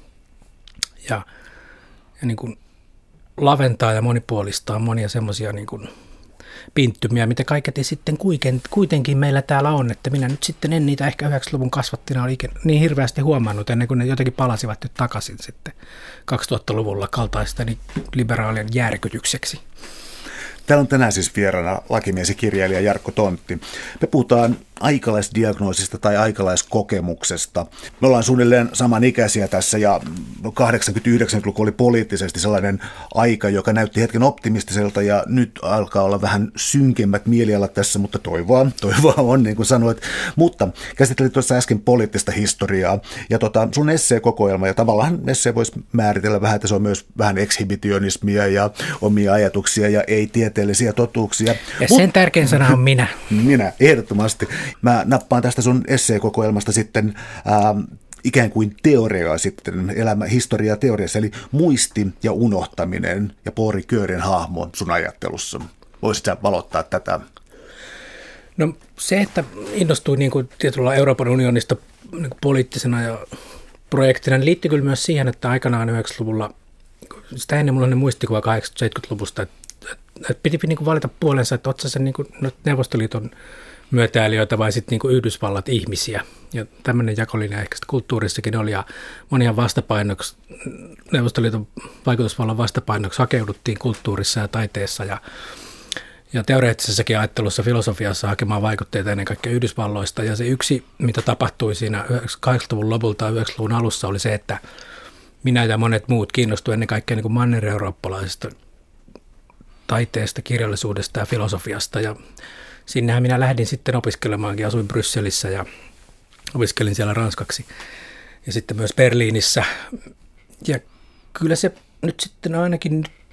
ja, ja niin kuin laventaa ja monipuolistaa monia semmoisia niin kuin pinttymiä, mitä kaiketi sitten kuitenkin meillä täällä on, että minä nyt sitten en niitä ehkä yhdeksänkymmentäluvun kasvattina oli niin hirveästi huomannut, ennen kuin ne jotenkin palasivat nyt takaisin sitten kaksituhattaluvulla kaltaistani liberaalien järkytykseksi. Täällä on tänään siis vieraana lakimies ja kirjailija Jarkko Tontti. Me puhutaan aikalaisdiagnoosista tai aikalaiskokemuksesta. Me ollaan suunnilleen samanikäisiä tässä, ja kahdeksankymmentä-yhdeksänkymmentäluku oli poliittisesti sellainen aika, joka näytti hetken optimistiselta, ja nyt alkaa olla vähän synkemmät mielialat tässä, mutta toivoa, toivoa on, niin kuin sanoit. Mutta käsittelit tuossa äsken poliittista historiaa, ja tota, sun esseekokoelma, ja tavallaan essee voisi määritellä vähän, että se on myös vähän ekshibitionismia ja omia ajatuksia ja ei-tieteellisiä totuuksia. Ja sen Mut, tärkein sana on minä. Minä, ehdottomasti. Mä nappaan tästä sun esseekokoelmasta sitten ähm, ikään kuin teoriaa sitten, elämä, historia teoriassa, eli muisti ja unohtaminen ja Poori Köören hahmo sun ajattelussa. Voisitko valottaa tätä? No se, että innostuin niin kuin tietyllä Euroopan unionista niin kuin poliittisena ja projektina, niin liittyy kyllä myös siihen, että aikanaan yhdeksänkymmentäluvulla, sitä ennen mulla on ne muistikuva kahdeksankymmentä-seitsemänkymmentäluvusta, että, että, että piti niin kuin valita puolensa, että oot sä sen niin kuin Neuvostoliiton myötäilijöitä vai sitten niin Yhdysvallat ihmisiä. Ja tämmöinen jakolinja ehkä kulttuurissakin oli, ja monia vastapainoksi, Neuvostoliiton vaikutusvallan vastapainoksi hakeuduttiin kulttuurissa ja taiteessa ja, ja teoreettisessakin ajattelussa, filosofiassa hakemaan vaikutteita ennen kaikkea Yhdysvalloista. Ja se yksi, mitä tapahtui siinä kahdeksankymmentäluvun lopulta ja yhdeksänkymmentäluvun alussa, oli se, että minä ja monet muut kiinnostuivat ennen kaikkea niin manner-eurooppalaisesta taiteesta, kirjallisuudesta ja filosofiasta, ja sinnehän minä lähdin sitten opiskelemaankin, asuin Brysselissä ja opiskelin siellä ranskaksi ja sitten myös Berliinissä. Ja kyllä se nyt sitten ainakin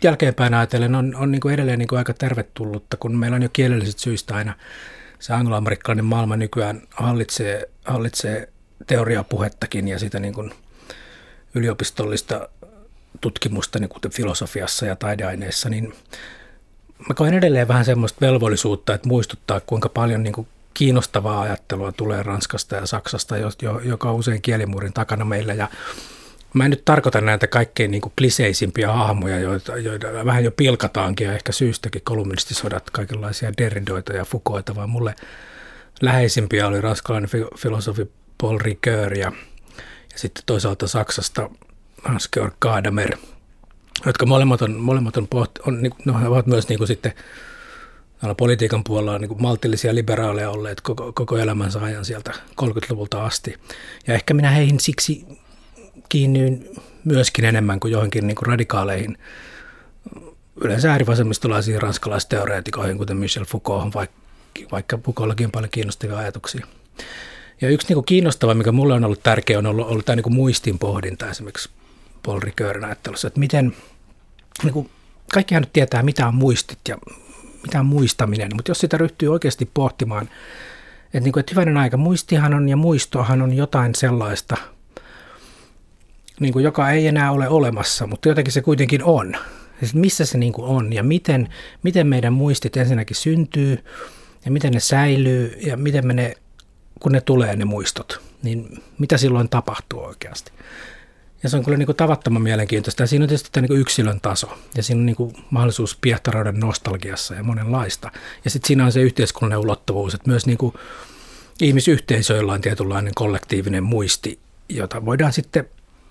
jälkeenpäin ajatellen on, on niin kuin edelleen niin kuin aika tervetullutta, kun meillä on jo kielelliset syistä aina se angloamerikkalainen maailma nykyään hallitsee, hallitsee teoriapuhettakin ja sitä niin kuin yliopistollista tutkimusta, niin kuten filosofiassa ja taideaineissa, niin mä koen edelleen vähän semmoista velvollisuutta, että muistuttaa, kuinka paljon niin kuin kiinnostavaa ajattelua tulee Ranskasta ja Saksasta, joka on usein kielimuurin takana meillä. Ja mä en nyt tarkoita näitä kaikkein niin kuin kliseisimpiä hahmoja, joita, joita vähän jo pilkataankin ja ehkä syystäkin, kolumnistisodat, kaikenlaisia Derridoita ja Foucaulta, vaan mulle läheisimpiä oli ranskalainen filosofi Paul Ricoeur ja, ja sitten toisaalta Saksasta Hans-Georg Gadamer, jotka molemmat on, molemmat on, pohti, on no, ovat myös niin kuin sitten politiikan puolella niin kuin maltillisia liberaaleja olleet koko, koko elämänsä ajan sieltä kolmekymmentäluvulta asti. Ja ehkä minä heihin siksi kiinnyin myöskin enemmän kuin johonkin niin kuin radikaaleihin, yleensä äärivasemmistolaisiin ranskalaisteoreetikoihin, kuten Michel Foucault, vaikka, vaikka Foucaultakin on paljon kiinnostavia ajatuksia. Ja yksi niin kuin kiinnostava, mikä mulle on ollut tärkeä, on ollut, ollut tämä niin kuin muistin pohdinta esimerkiksi Paul Ricourin ajattelussa, että miten, niin kuin, kaikkihan nyt tietää, mitä on muistit ja mitä on muistaminen, mutta jos sitä ryhtyy oikeasti pohtimaan, että, niin kuin, että hyvänen aika, muistihan on ja muistohan on jotain sellaista, niin kuin, joka ei enää ole olemassa, mutta jotenkin se kuitenkin on. Siis missä se niin kuin on ja miten, miten meidän muistit ensinnäkin syntyy ja miten ne säilyy ja miten me ne, kun ne tulee ne muistot, niin mitä silloin tapahtuu oikeasti. Ja se on kyllä niin kuin tavattoman mielenkiintoista. Ja siinä on tietysti tämä niin kuin yksilön taso ja siinä on niin kuin mahdollisuus piehtaroida nostalgiassa ja monenlaista. Ja sitten siinä on se yhteiskunnallinen ulottuvuus, että myös niin kuin ihmisyhteisöillä on tietynlainen kollektiivinen muisti, jota voidaan sitten,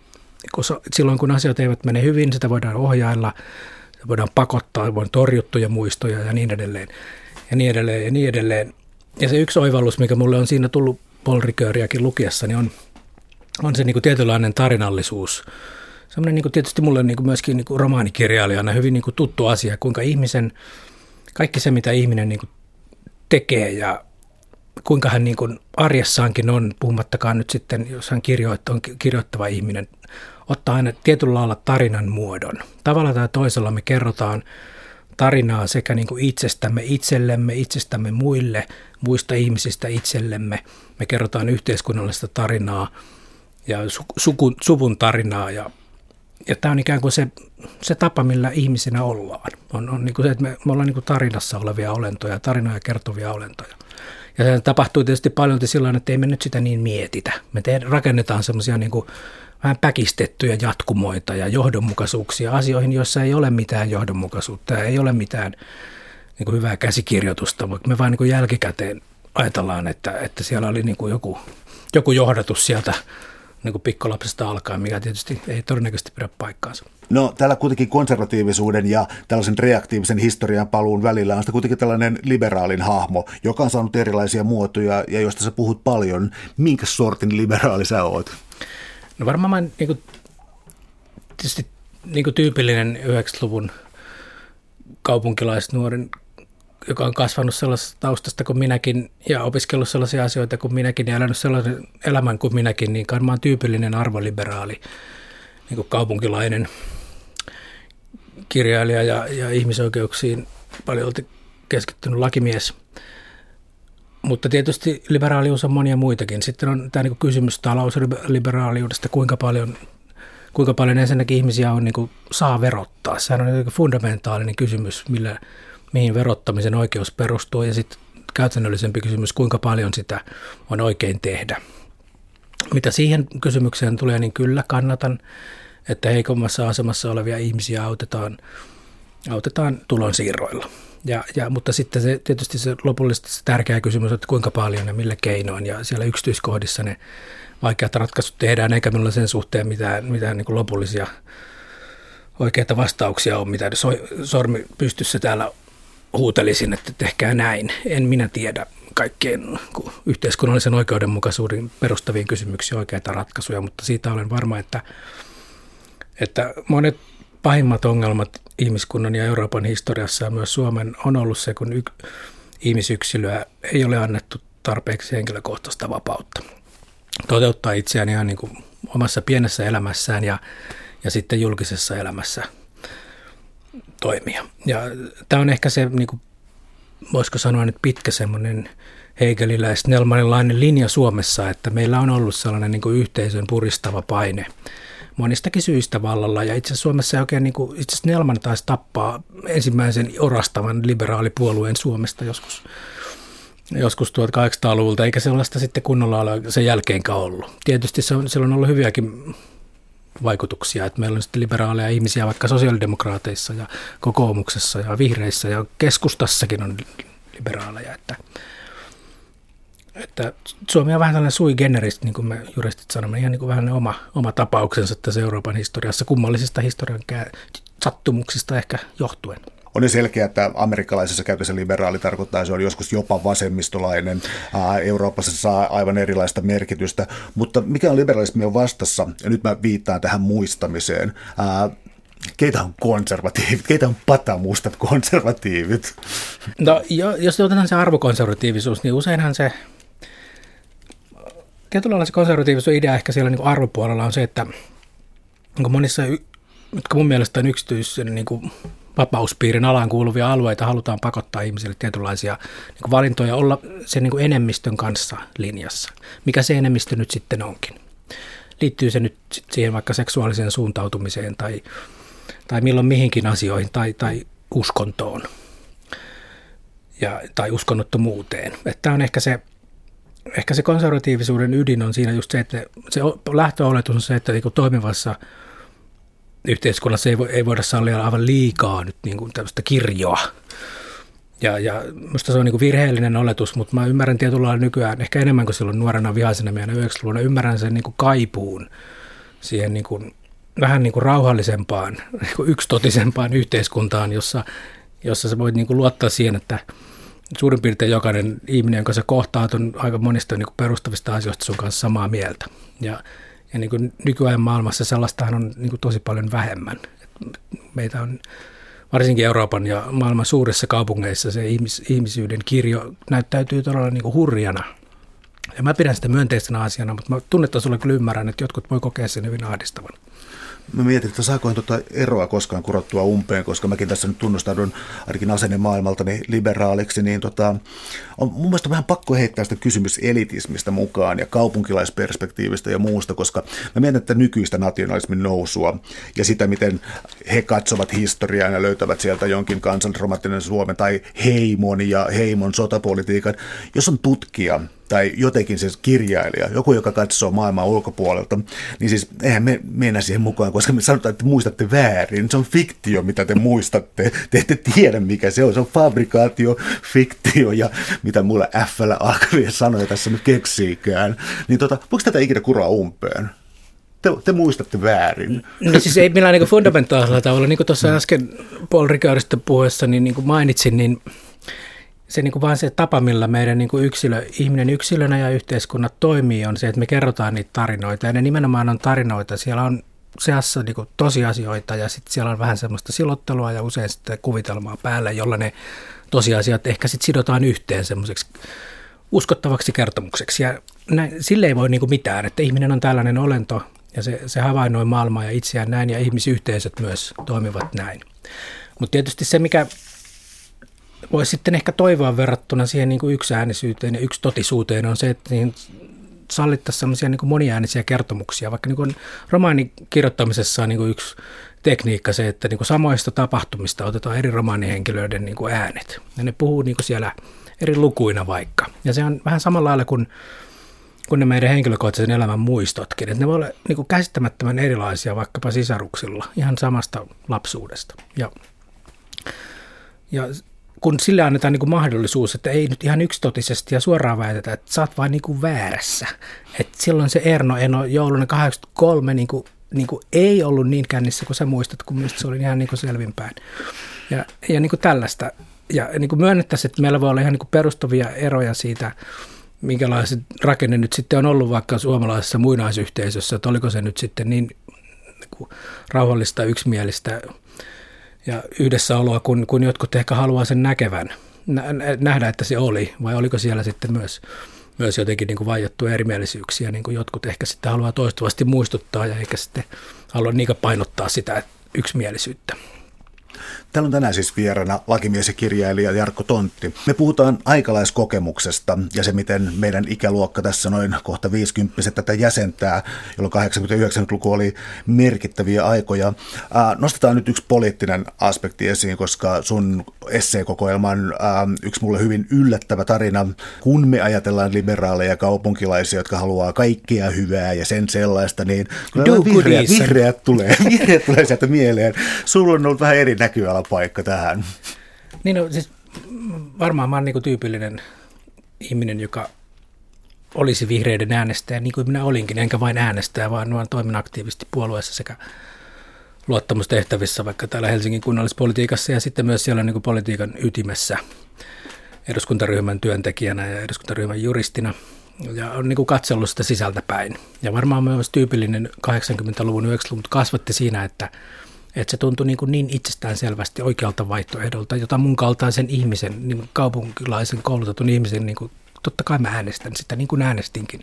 silloin kun asiat eivät mene hyvin, sitä voidaan ohjailla, sitä voidaan pakottaa, voidaan torjuttuja muistoja ja niin edelleen. Ja niin edelleen ja niin edelleen. Ja se yksi oivallus, mikä mulle on siinä tullut Paul Ricoeuriakin lukiessa, niin on on se niin kuin tietynlainen tarinallisuus. Sellainen niin kuin tietysti mulle niin kuin myöskin niin kuin romaanikirjailijana hyvin niin kuin tuttu asia, kuinka ihmisen, kaikki se mitä ihminen niin kuin tekee ja kuinka hän niin kuin arjessaankin on, puhumattakaan nyt sitten, jos hän kirjoittaa, on kirjoittava ihminen, ottaa aina tietyllä lailla tarinan muodon. Tavalla tai toisella me kerrotaan tarinaa sekä niin kuin itsestämme itsellemme, itsestämme muille, muista ihmisistä itsellemme. Me kerrotaan yhteiskunnallista tarinaa ja suku, suvun tarinaa ja, ja tämä on ikään kuin se, se tapa, millä ihmisinä ollaan. On, on niin kuin se, että me, me ollaan niin kuin tarinassa olevia olentoja, tarinoja kertovia olentoja. Ja se tapahtuu tietysti paljon silloin, että ei me nyt sitä niin mietitä. Me te, rakennetaan semmoisia niin kuin vähän päkistettyjä jatkumoita ja johdonmukaisuuksia asioihin, joissa ei ole mitään johdonmukaisuutta ja ei ole mitään niin kuin hyvää käsikirjoitusta. Me vaan niin kuin jälkikäteen ajatellaan, että, että siellä oli niin kuin joku, joku johdatus sieltä niin kuin pikkulapsesta alkaen, mikä tietysti ei todennäköisesti pidä paikkaansa. No täällä kuitenkin konservatiivisuuden ja tällaisen reaktiivisen historian paluun välillä on sitä kuitenkin tällainen liberaalin hahmo, joka on saanut erilaisia muotoja ja josta sä puhut paljon. Minkä sortin liberaali sä oot? No varmaan mä niin kuin, tietysti niin kuin tyypillinen yhdeksänkymmentäluvun kaupunkilaisnuoren, joka on kasvanut sellaisesta taustasta kuin minäkin ja opiskellut sellaisia asioita kuin minäkin ja elänyt sellaisen elämän kuin minäkin, niin varmaan tyypillinen arvoliberaali, niin kuin kaupunkilainen kirjailija ja, ja ihmisoikeuksiin paljon keskittynyt lakimies. Mutta tietysti liberaalius on monia muitakin. Sitten on tämä niin kuin kysymys talousliberaaliudesta, kuinka paljon, kuinka paljon ensinnäkin ihmisiä on, niin kuin saa verottaa. Sehän on niin kuin fundamentaalinen kysymys, millä mihin verottamisen oikeus perustuu, ja sitten käytännöllisempi kysymys, kuinka paljon sitä on oikein tehdä. Mitä siihen kysymykseen tulee, niin kyllä kannatan, että heikommassa asemassa olevia ihmisiä autetaan, autetaan tulonsiirroilla. Ja, ja, mutta sitten se, tietysti se lopullisesti se tärkeä kysymys, että kuinka paljon ja millä keinoin, ja siellä yksityiskohdissa ne vaikeat ratkaisut tehdään, eikä minulla sen suhteen mitään, mitään niin kuin lopullisia oikeita vastauksia on, mitä sormi pystyssä täällä huutelisin, että tehkää näin. En minä tiedä kaikkien yhteiskunnallisen oikeudenmukaisuuden perustaviin kysymyksiin oikeita ratkaisuja, mutta siitä olen varma, että, että monet pahimmat ongelmat ihmiskunnan ja Euroopan historiassa ja myös Suomen on ollut se, kun y- ihmisyksilöä ei ole annettu tarpeeksi henkilökohtaista vapautta. Toteuttaa itseään ihan niin kuin omassa pienessä elämässään ja, ja sitten julkisessa elämässä. toimia. Ja tämä on ehkä se, niin kuin, voisiko sanoa nyt pitkä semmoinen hegeliläis-snellmanilainen linja Suomessa, että meillä on ollut sellainen niin kuin yhteisön puristava paine monistakin syistä vallalla. Ja itse asiassa Suomessa ei oikein, niin kuin, itse asiassa Snellman taisi tappaa ensimmäisen orastavan liberaalipuolueen Suomesta joskus, joskus tuhatkahdeksansataaluvulta, eikä sellaista sitten kunnolla ole sen jälkeenkään ollut. Tietysti se on, sillä on ollut hyviäkin vaikutuksia, että meillä on sitten liberaaleja ihmisiä vaikka sosiaalidemokraateissa ja kokoomuksessa ja vihreissä ja keskustassakin on liberaaleja, että, että Suomi on vähän tällainen sui generis, niin kuin me juristit sanomme, ihan niin kuin vähän oma, oma tapauksensa tässä Euroopan historiassa, kummallisista historian sattumuksista ehkä johtuen. On jo selkeä, että amerikkalaisessa käytössä liberaali tarkoittaa, että se on joskus jopa vasemmistolainen. Ää, Euroopassa saa aivan erilaista merkitystä. Mutta mikä on liberalismin vastassa? Ja nyt mä viittaan tähän muistamiseen. Ää, keitä on konservatiivit? Keitä on patamustat konservatiivit? No, jos otetaan se arvokonservatiivisuus, niin useinhan se, tietyllä lailla se konservatiivisuus idea ehkä siellä niin kuin arvopuolella on se, että niin monissa, jotka mun mielestä on yksityisen niin kuin vapauspiirin alaan kuuluvia alueita, halutaan pakottaa ihmisille tietynlaisia niin kuin valintoja, olla sen niin kuin enemmistön kanssa linjassa. Mikä se enemmistö nyt sitten onkin? Liittyy se nyt siihen vaikka seksuaaliseen suuntautumiseen tai, tai milloin mihinkin asioihin tai, tai uskontoon ja, tai uskonnottomuuteen. Tämä on ehkä se, ehkä se konservatiivisuuden ydin on siinä just se, että se lähtöoletus on se, että niin kuin toimivassa yhteiskunnassa ei, vo, ei voida sallia aivan liikaa nyt niin kuin tämmöistä kirjoa. Ja, ja minusta se on niin kuin virheellinen oletus, mutta mä ymmärrän tietyllä lailla nykyään, ehkä enemmän kuin silloin nuorena vihaisena meidän yhdeksänkymmentäluvulla, ymmärrän sen niin kuin kaipuun siihen niin kuin, vähän niin kuin rauhallisempaan, niin kuin yksitotisempaan yhteiskuntaan, jossa, jossa sä voit niin kuin luottaa siihen, että suurin piirtein jokainen ihminen, jonka sä kohtaat, on aika monista niin kuin perustavista asioista sun kanssa samaa mieltä. Ja Ja niin kuin nykyajan maailmassa sellaistahan on niin kuin tosi paljon vähemmän. Meitä on varsinkin Euroopan ja maailman suurissa kaupungeissa se ihmis, ihmisyyden kirjo näyttäytyy todella niin kuin hurjana. Ja mä pidän sitä myönteisenä asiana, mutta mä tunnetasolla kyllä ymmärrän, että jotkut voi kokea sen hyvin ahdistavan. Mä mietin, että saakoin tuota eroa koskaan kurottua umpeen, koska mäkin tässä nyt tunnustaudun ainakin asennemaailmaltani liberaaliksi, niin tota, on mun mielestä vähän pakko heittää sitä kysymys elitismistä mukaan ja kaupunkilaisperspektiivistä ja muusta, koska mä mietin, että nykyistä nationalismin nousua ja sitä, miten he katsovat historiaa ja löytävät sieltä jonkin kansallisromanttinen Suomen tai heimon ja heimon sotapolitiikan. Jos on tutkija tai jotenkin se kirjailija, joku, joka katsoo maailmaa ulkopuolelta, niin siis eihän me mennä siihen mukaan, koska me sanotaan, että muistatte väärin. Se on fiktio, mitä te muistatte. Te ette tiedä, mikä se on. Se on fabrikaatio, fiktio ja mitä mulla F:llä alkavia sanoja tässä nyt keksiikään. Niin tota, voiko tätä ikinä kuraa umpeen? Te, te muistatte väärin. No siis ei millään niin fundamentaalisella tavalla. Niin kuin tuossa äsken Paul Ricoeurista puhuessa niin, niin kuin mainitsin, niin se niin kuin vaan se tapa, millä meidän niin kuin yksilö, ihminen yksilönä ja yhteiskunnat toimii, on se, että me kerrotaan niitä tarinoita. Ja ne nimenomaan on tarinoita. Siellä on seassa niin kuin tosiasioita ja sitten siellä on vähän semmoista silottelua ja usein sitten kuvitelmaa päällä, jolla ne tosiasiat ehkä sitten sidotaan yhteen semmoiseksi uskottavaksi kertomukseksi. Ja näin, sille ei voi niin kuin mitään, että ihminen on tällainen olento ja se, se havainnoi maailmaa ja itseään näin ja ihmisyhteisöt myös toimivat näin. Mutta tietysti se, mikä voisi sitten ehkä toivoa verrattuna siihen niin kuin yksiäänisyyteen ja yksitotisuuteen on se, että niin sallittaisiin sellaisia niin kuin moniäänisiä kertomuksia. Vaikka niin kuin romaanin kirjoittamisessa on niin kuin yksi tekniikka se, että niin kuin samoista tapahtumista otetaan eri romaanihenkilöiden niin kuin äänet. Ja ne puhuu niin kuin siellä eri lukuina vaikka. Ja se on vähän samalla lailla kuin, kuin ne meidän henkilökohtaisen elämän muistotkin. Että ne voi olla niin kuin käsittämättömän erilaisia vaikkapa sisaruksilla ihan samasta lapsuudesta. Ja, ja kun sille annetaan niin kuin mahdollisuus, että ei nyt ihan yksitotisesti ja suoraan väitetä, että sä oot vaan niin kuin väärässä. Että silloin se Erno Eno jouluna kahdeksankymmentäkolme niin kuin, niin kuin ei ollut niin kännissä kuin sä muistat, kun minusta se oli ihan niin kuin selvinpäin. Ja, ja niin kuin tällaista. Ja niin kuin myönnettäisiin, että meillä voi olla ihan niin kuin perustavia eroja siitä, minkälaiset rakenne nyt sitten on ollut vaikka suomalaisessa muinaisyhteisössä, että oliko se nyt sitten niin, niin kuin rauhallista, yksimielistä ja yhdessäoloa, kun, kun jotkut ehkä haluaa sen näkevän, nähdä, että se oli, vai oliko siellä sitten myös, myös jotenkin niin kuin vaiettuja erimielisyyksiä, niin kuin jotkut ehkä sitten haluaa toistuvasti muistuttaa ja eikä sitten halua niinkään painottaa sitä yksimielisyyttä. Täällä on tänään siis vieraana lakimies ja kirjailija Jarkko Tontti. Me puhutaan aikalaiskokemuksesta ja se, miten meidän ikäluokka tässä noin kohta viisikymppiset tätä jäsentää, jolloin kahdeksankymmentä-yhdeksänkymmentäluku oli merkittäviä aikoja. Ää, nostetaan nyt yksi poliittinen aspekti esiin, koska sun esseekokoelman ää, yksi mulle hyvin yllättävä tarina, kun me ajatellaan liberaaleja kaupunkilaisia, jotka haluaa kaikkea hyvää ja sen sellaista, niin vihreät, vihreät, tulee, vihreät tulee sieltä mieleen. Sulla on ollut vähän eri näkyalapaikka tähän. Niin no, siis varmaan mä oon niin kuin tyypillinen ihminen, joka olisi vihreiden äänestäjä, niin kuin minä olinkin, enkä vain äänestäjä, vaan, vaan toimin aktiivisesti puolueessa sekä luottamustehtävissä vaikka täällä Helsingin kunnallispolitiikassa ja sitten myös siellä niin kuin politiikan ytimessä eduskuntaryhmän työntekijänä ja eduskuntaryhmän juristina. Ja on niin kuin katsellut sitä sisältä päin. Ja varmaan myös tyypillinen kahdeksankymmentäluvun, yhdeksänkymmentäluvun kasvatti siinä, että Että se tuntui niin, niin itsestään selvästi oikealta vaihtoehdolta, jota mun kaltaisen ihmisen, niin kaupunkilaisen koulutetun ihmisen, niin kuin, totta kai mä äänestän sitä, niin kuin äänestinkin.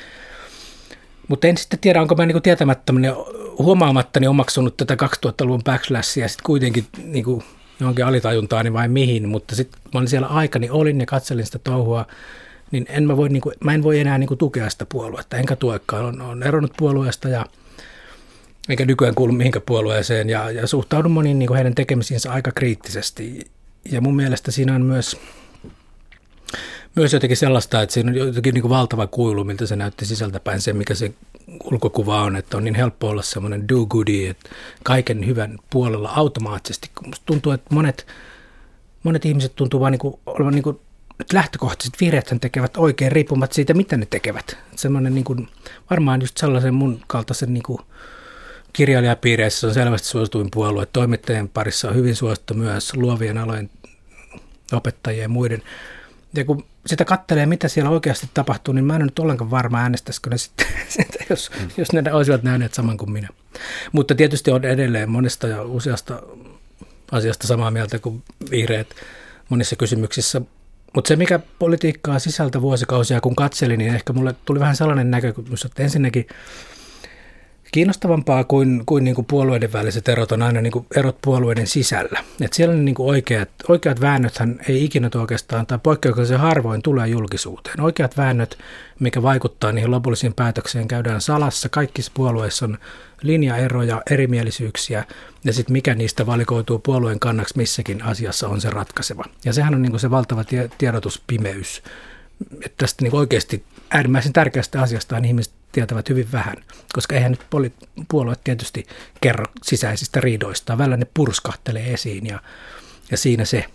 Mutta en sitten tiedä, onko mä niin tietämättömäni huomaamattani omaksunut tätä kaksituhattaluvun backslashia ja sitten kuitenkin niin kuin johonkin alitajuntaani vai mihin, mutta sitten mä olin siellä aikani, olin ja katselin sitä touhua, niin en mä, voi, niin kuin, mä en voi enää niin kuin tukea sitä puoluetta, enkä tuekaan, on, on eronnut puolueesta ja eikä nykyään kuulu mihinkä puolueeseen, ja, ja suhtaudun moniin niin kuin heidän tekemisiinsä aika kriittisesti. Ja mun mielestä siinä on myös, myös jotenkin sellaista, että siinä on jotenkin niin kuin valtava kuilu, miltä se näytti sisältäpäin se, mikä se ulkokuva on, että on niin helppo olla semmoinen do-goody, että kaiken hyvän puolella automaattisesti. Musta tuntuu, että monet, monet ihmiset tuntuu vaan niin kuin, olevan niin kuin, että lähtökohtaisesti vihreäthän tekevät oikein riippumatta siitä, mitä ne tekevät. Semmoinen niin kuin, varmaan just sellaisen mun kaltaisen niin kuin, kirjailijapiireissä on selvästi suosituin puolue. Toimittajien parissa on hyvin suosittu myös luovien alojen opettajien ja muiden. Ja kun sitä katselee, mitä siellä oikeasti tapahtuu, niin mä en ole nyt ollenkaan varma, äänestäisikö ne sitten, jos, mm. jos ne olisivat nähneet saman kuin minä. Mutta tietysti on edelleen monesta ja useasta asiasta samaa mieltä kuin vihreät monissa kysymyksissä. Mutta se, mikä politiikkaa sisältä vuosikausia kun katselin, niin ehkä mulle tuli vähän sellainen näkökulma, että ensinnäkin kiinnostavampaa kuin, kuin, niin kuin puolueiden väliset erot on aina niin kuin erot puolueiden sisällä. Et siellä niin kuin oikeat, oikeat väännöthän ei ikinä oikeastaan, tai poikkeuksellisen harvoin tulee julkisuuteen. Oikeat väännöt, mikä vaikuttaa niihin lopullisiin päätöksiin, käydään salassa. Kaikissa puolueissa on linjaeroja, erimielisyyksiä, ja sitten mikä niistä valikoituu puolueen kannaksi missäkin asiassa on se ratkaiseva. Ja sehän on niin kuin se valtava tie, tiedotuspimeys. Että tästä niin kuin oikeasti äärimmäisen tärkeästä asiasta ihmiset tietävät hyvin vähän, koska eihän nyt poli- puolueet tietysti kerro sisäisistä riidoistaan. Välillä ne purskahtelee esiin ja, ja siinä se.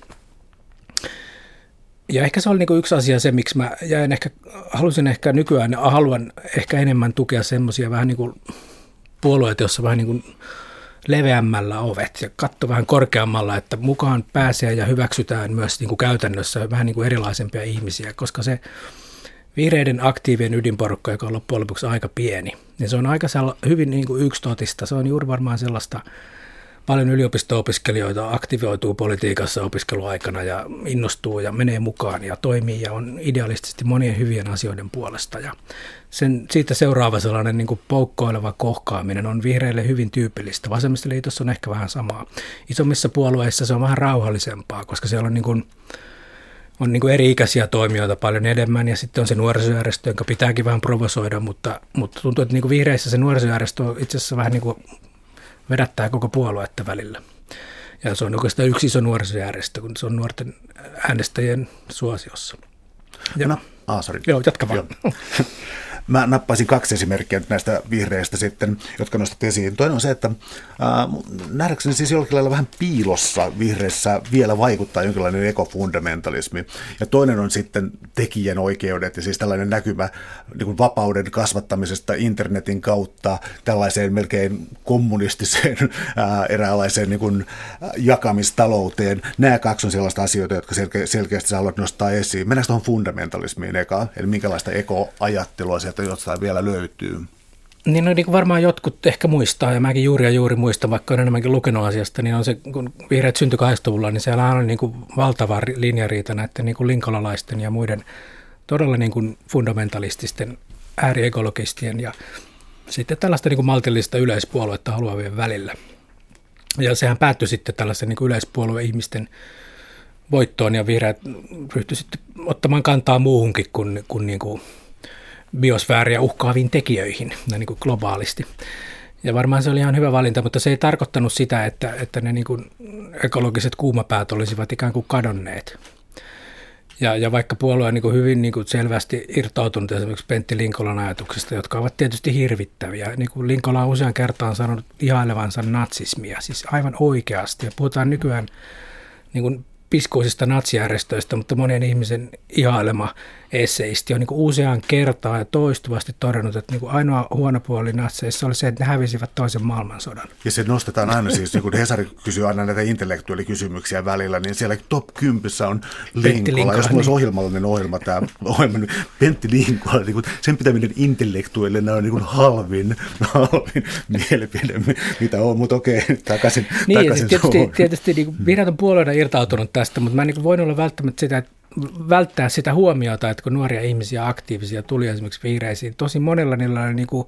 Ja ehkä se oli niinku yksi asia se, miksi mä jäin ehkä, halusin ehkä nykyään, haluan ehkä enemmän tukea semmoisia vähän niin kuin puolueita, joissa vähän niin kuin leveämmällä ovet ja katto vähän korkeammalla, että mukaan pääsee ja hyväksytään myös niin kuin käytännössä vähän niin kuin erilaisempia ihmisiä, koska se vihreiden aktiivien ydinporukka, joka on loppujen lopuksi aika pieni, niin se on aika hyvin niin kuin yksitotista. Se on juuri varmaan sellaista, paljon yliopisto-opiskelijoita aktivoituu politiikassa opiskeluaikana ja innostuu ja menee mukaan ja toimii ja on idealistisesti monien hyvien asioiden puolesta. Ja sen, siitä seuraava sellainen niin kuin poukkoileva kohkaaminen on vihreille hyvin tyypillistä. Vasemmistoliitossa on ehkä vähän samaa. Isommissa puolueissa se on vähän rauhallisempaa, koska siellä on niin kuin on niin kuin eri-ikäisiä toimijoita paljon enemmän ja sitten on se nuorisojärjestö, jonka pitääkin vähän provosoida, mutta, mutta tuntuu, että niin kuin vihreissä se nuorisojärjestö on itse asiassa vähän niin kuin vedättää koko puoluetta välillä. Ja se on oikeastaan yksi iso nuorisojärjestö, kun se on nuorten äänestäjien suosiossa. Ja, no, ah, sorry. Joo, jatka vaan. Joo. Mä nappaisin kaksi esimerkkiä nyt näistä vihreistä sitten, jotka nostat esiin. Toinen on se, että ää, nähdäkseni siis jollakin lailla vähän piilossa vihreissä vielä vaikuttaa jonkinlainen ekofundamentalismi. Ja toinen on sitten tekijän oikeudet ja siis tällainen näkymä niin kuin vapauden kasvattamisesta internetin kautta tällaiseen melkein kommunistiseen ää, eräänlaiseen niin kuin jakamistalouteen. Nämä kaksi on sellaista asioita, jotka selke- selkeästi sä haluat nostaa esiin. Mennäänkö tuohon fundamentalismiin eka? Eli minkälaista ekoajattelua sieltä jostain vielä löytyy? Niin, no, niin kuin varmaan jotkut ehkä muistaa, ja mäkin juuri ja juuri muistan, vaikka olen enemmänkin lukenut asiasta, niin on se, kun vihreät syntyi kahdeksankymmentäluvulla, niin siellä on niin kuin valtava linjariita näiden niin kuin linkolalaisten ja muiden todella niin kuin fundamentalististen ääriekologistien ja sitten tällaista niin kuin maltillista yleispuoluetta haluavien välillä. Ja sehän päättyi sitten tällaisen niin kuin yleispuolueen ihmisten voittoon, ja vihreät ryhtyi sitten ottamaan kantaa muuhunkin kuin, kuin, niin kuin biosfääriä uhkaaviin tekijöihin niin kuin globaalisti. Ja varmaan se oli ihan hyvä valinta, mutta se ei tarkoittanut sitä, että, että ne niin kuin ekologiset kuumapäät olisivat ikään kuin kadonneet. Ja, ja vaikka puolue on niin kuin hyvin niin kuin selvästi irtautunut esimerkiksi Pentti Linkolan ajatuksista, jotka ovat tietysti hirvittäviä. Niin kuin Linkola on usean kertaan sanonut ihailevansa natsismia, siis aivan oikeasti. Ja puhutaan nykyään niin kuin piskuisista natsijärjestöistä, mutta monen ihmisen ihailema esseisti on niin kuin useaan kertaan ja toistuvasti todennut, että niin kuin ainoa huono puoli natseissa oli se, että ne hävisivät toisen maailmansodan. Ja se nostetaan aina siis, niin kun Hesari kysyy aina näitä intellektuaalikysymyksiä välillä, niin siellä top kympissä on Linkola. Linkola. Jos mulla olisi ohjelmallinen ohjelma, tämä ohjelma, niin Pentti Linkola, niin sen pitäminen intellektuaalina on niin kuin halvin, halvin mielipide, mitä on, mutta okei, takaisin, niin, takaisin tietysti, tietysti niin vihreät on puolueena irtautunut tästä, mutta mä en niin voin olla välttämättä sitä, että välttää sitä huomiota, että kun nuoria ihmisiä aktiivisia tuli esimerkiksi vihreisiin, tosi monella niillä oli niin kuin,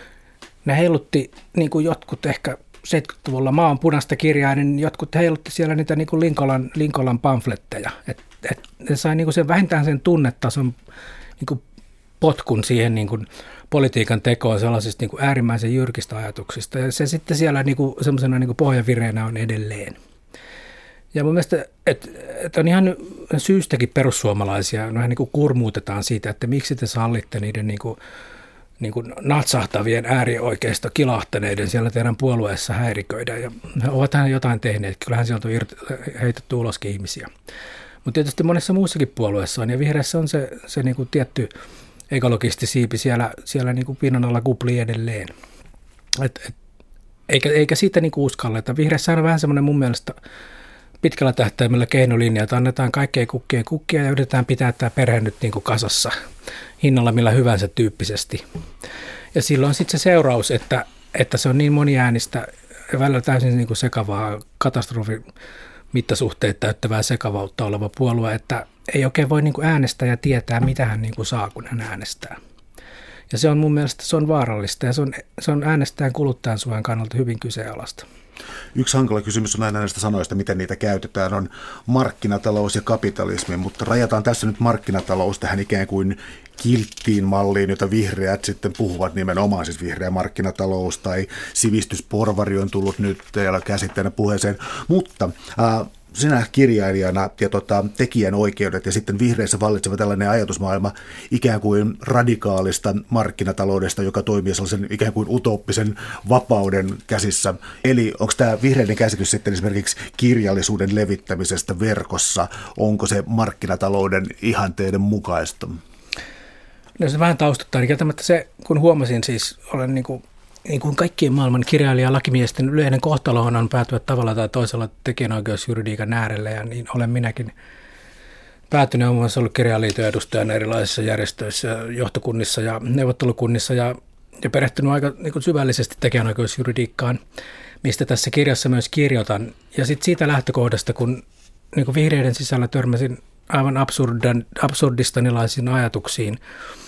ne heilutti niin kuin jotkut ehkä seitsemänkymmentäluvulla maan punaista kirjaa, niin jotkut heilutti siellä niitä niin kuin Linkolan, Linkolan pamfletteja. Et, et ne sai niin kuin sen, vähintään sen tunnetason niin kuin potkun siihen niin kuin politiikan tekoon sellaisista niin kuin äärimmäisen jyrkistä ajatuksista. Ja se sitten siellä niin kuin, semmoisena niin kuin pohjavireenä on edelleen. Ja mun mielestä, että et on ihan syystäkin perussuomalaisia, vähän niin kuin kurmuutetaan siitä, että miksi te sallitte niiden niin kuin, niin kuin natsahtavien äärioikeista kilahtaneiden siellä teidän puolueessa häiriköidä. Ja ovathan jotain tehneet, kyllähän sieltä on irt- heitetty uloskin ihmisiä. Mutta tietysti monessa muussakin puolueessa on, ja vihreässä on se, se niin kuin tietty ekologistisiipi siellä, siellä niin kuin pinnan alla kuplii edelleen. Et, et, eikä, eikä siitä niin kuin uskalleta. Vihreässä on vähän semmoinen mun mielestä pitkällä tähtäimellä keinolinja, että annetaan kaikkea kukkia kukkia ja yritetään pitää tämä perhe nyt niin kuin kasassa hinnalla millä hyvänsä tyyppisesti. Ja silloin sitten se seuraus, että, että se on niin moniäänistä ja välillä täysin niin kuin sekavaa katastrofin mittasuhteet täyttävää sekavautta oleva puolue, että ei oikein voi niin kuin äänestää ja tietää, mitä hän niin kuin saa, kun hän äänestää. Ja se on mun mielestä se on vaarallista ja se on, se on äänestäjän kuluttajan suojan kannalta hyvin kyseenalaista. Yksi hankala kysymys on aina näistä sanoista, miten niitä käytetään, on markkinatalous ja kapitalismi, mutta rajataan tässä nyt markkinatalous tähän ikään kuin kilttiin malliin, jota vihreät sitten puhuvat nimenomaan, siis vihreä markkinatalous tai sivistysporvari on tullut nyt teillä käsitteenä puheeseen, mutta äh, sinä kirjailijana ja tota, tekijän oikeudet ja sitten vihreissä vallitseva tällainen ajatusmaailma ikään kuin radikaalista markkinataloudesta, joka toimii sellaisen ikään kuin utooppisen vapauden käsissä. Eli onko tämä vihreiden käsitys sitten esimerkiksi kirjallisuuden levittämisestä verkossa, onko se markkinatalouden ihanteiden mukaista? No se vähän taustuttaa, niin kieltämättä se, kun huomasin siis, olen niin kuin niin kuin kaikkien maailman kirjailija- ja lakimiesten yleinen kohtalo on päätyä tavalla tai toisella tekijänoikeusjuridiikan äärelle, ja niin olen minäkin päätynyt. Olen ollut kirjaliiton edustajana erilaisissa järjestöissä, johtokunnissa ja neuvottelukunnissa ja, ja perehtynyt aika niin kuin syvällisesti tekijänoikeusjuridiikkaan, mistä tässä kirjassa myös kirjoitan. Ja sitten siitä lähtökohdasta, kun niin kuin vihreiden sisällä törmäsin aivan absurdan, absurdistanilaisiin ajatuksiin,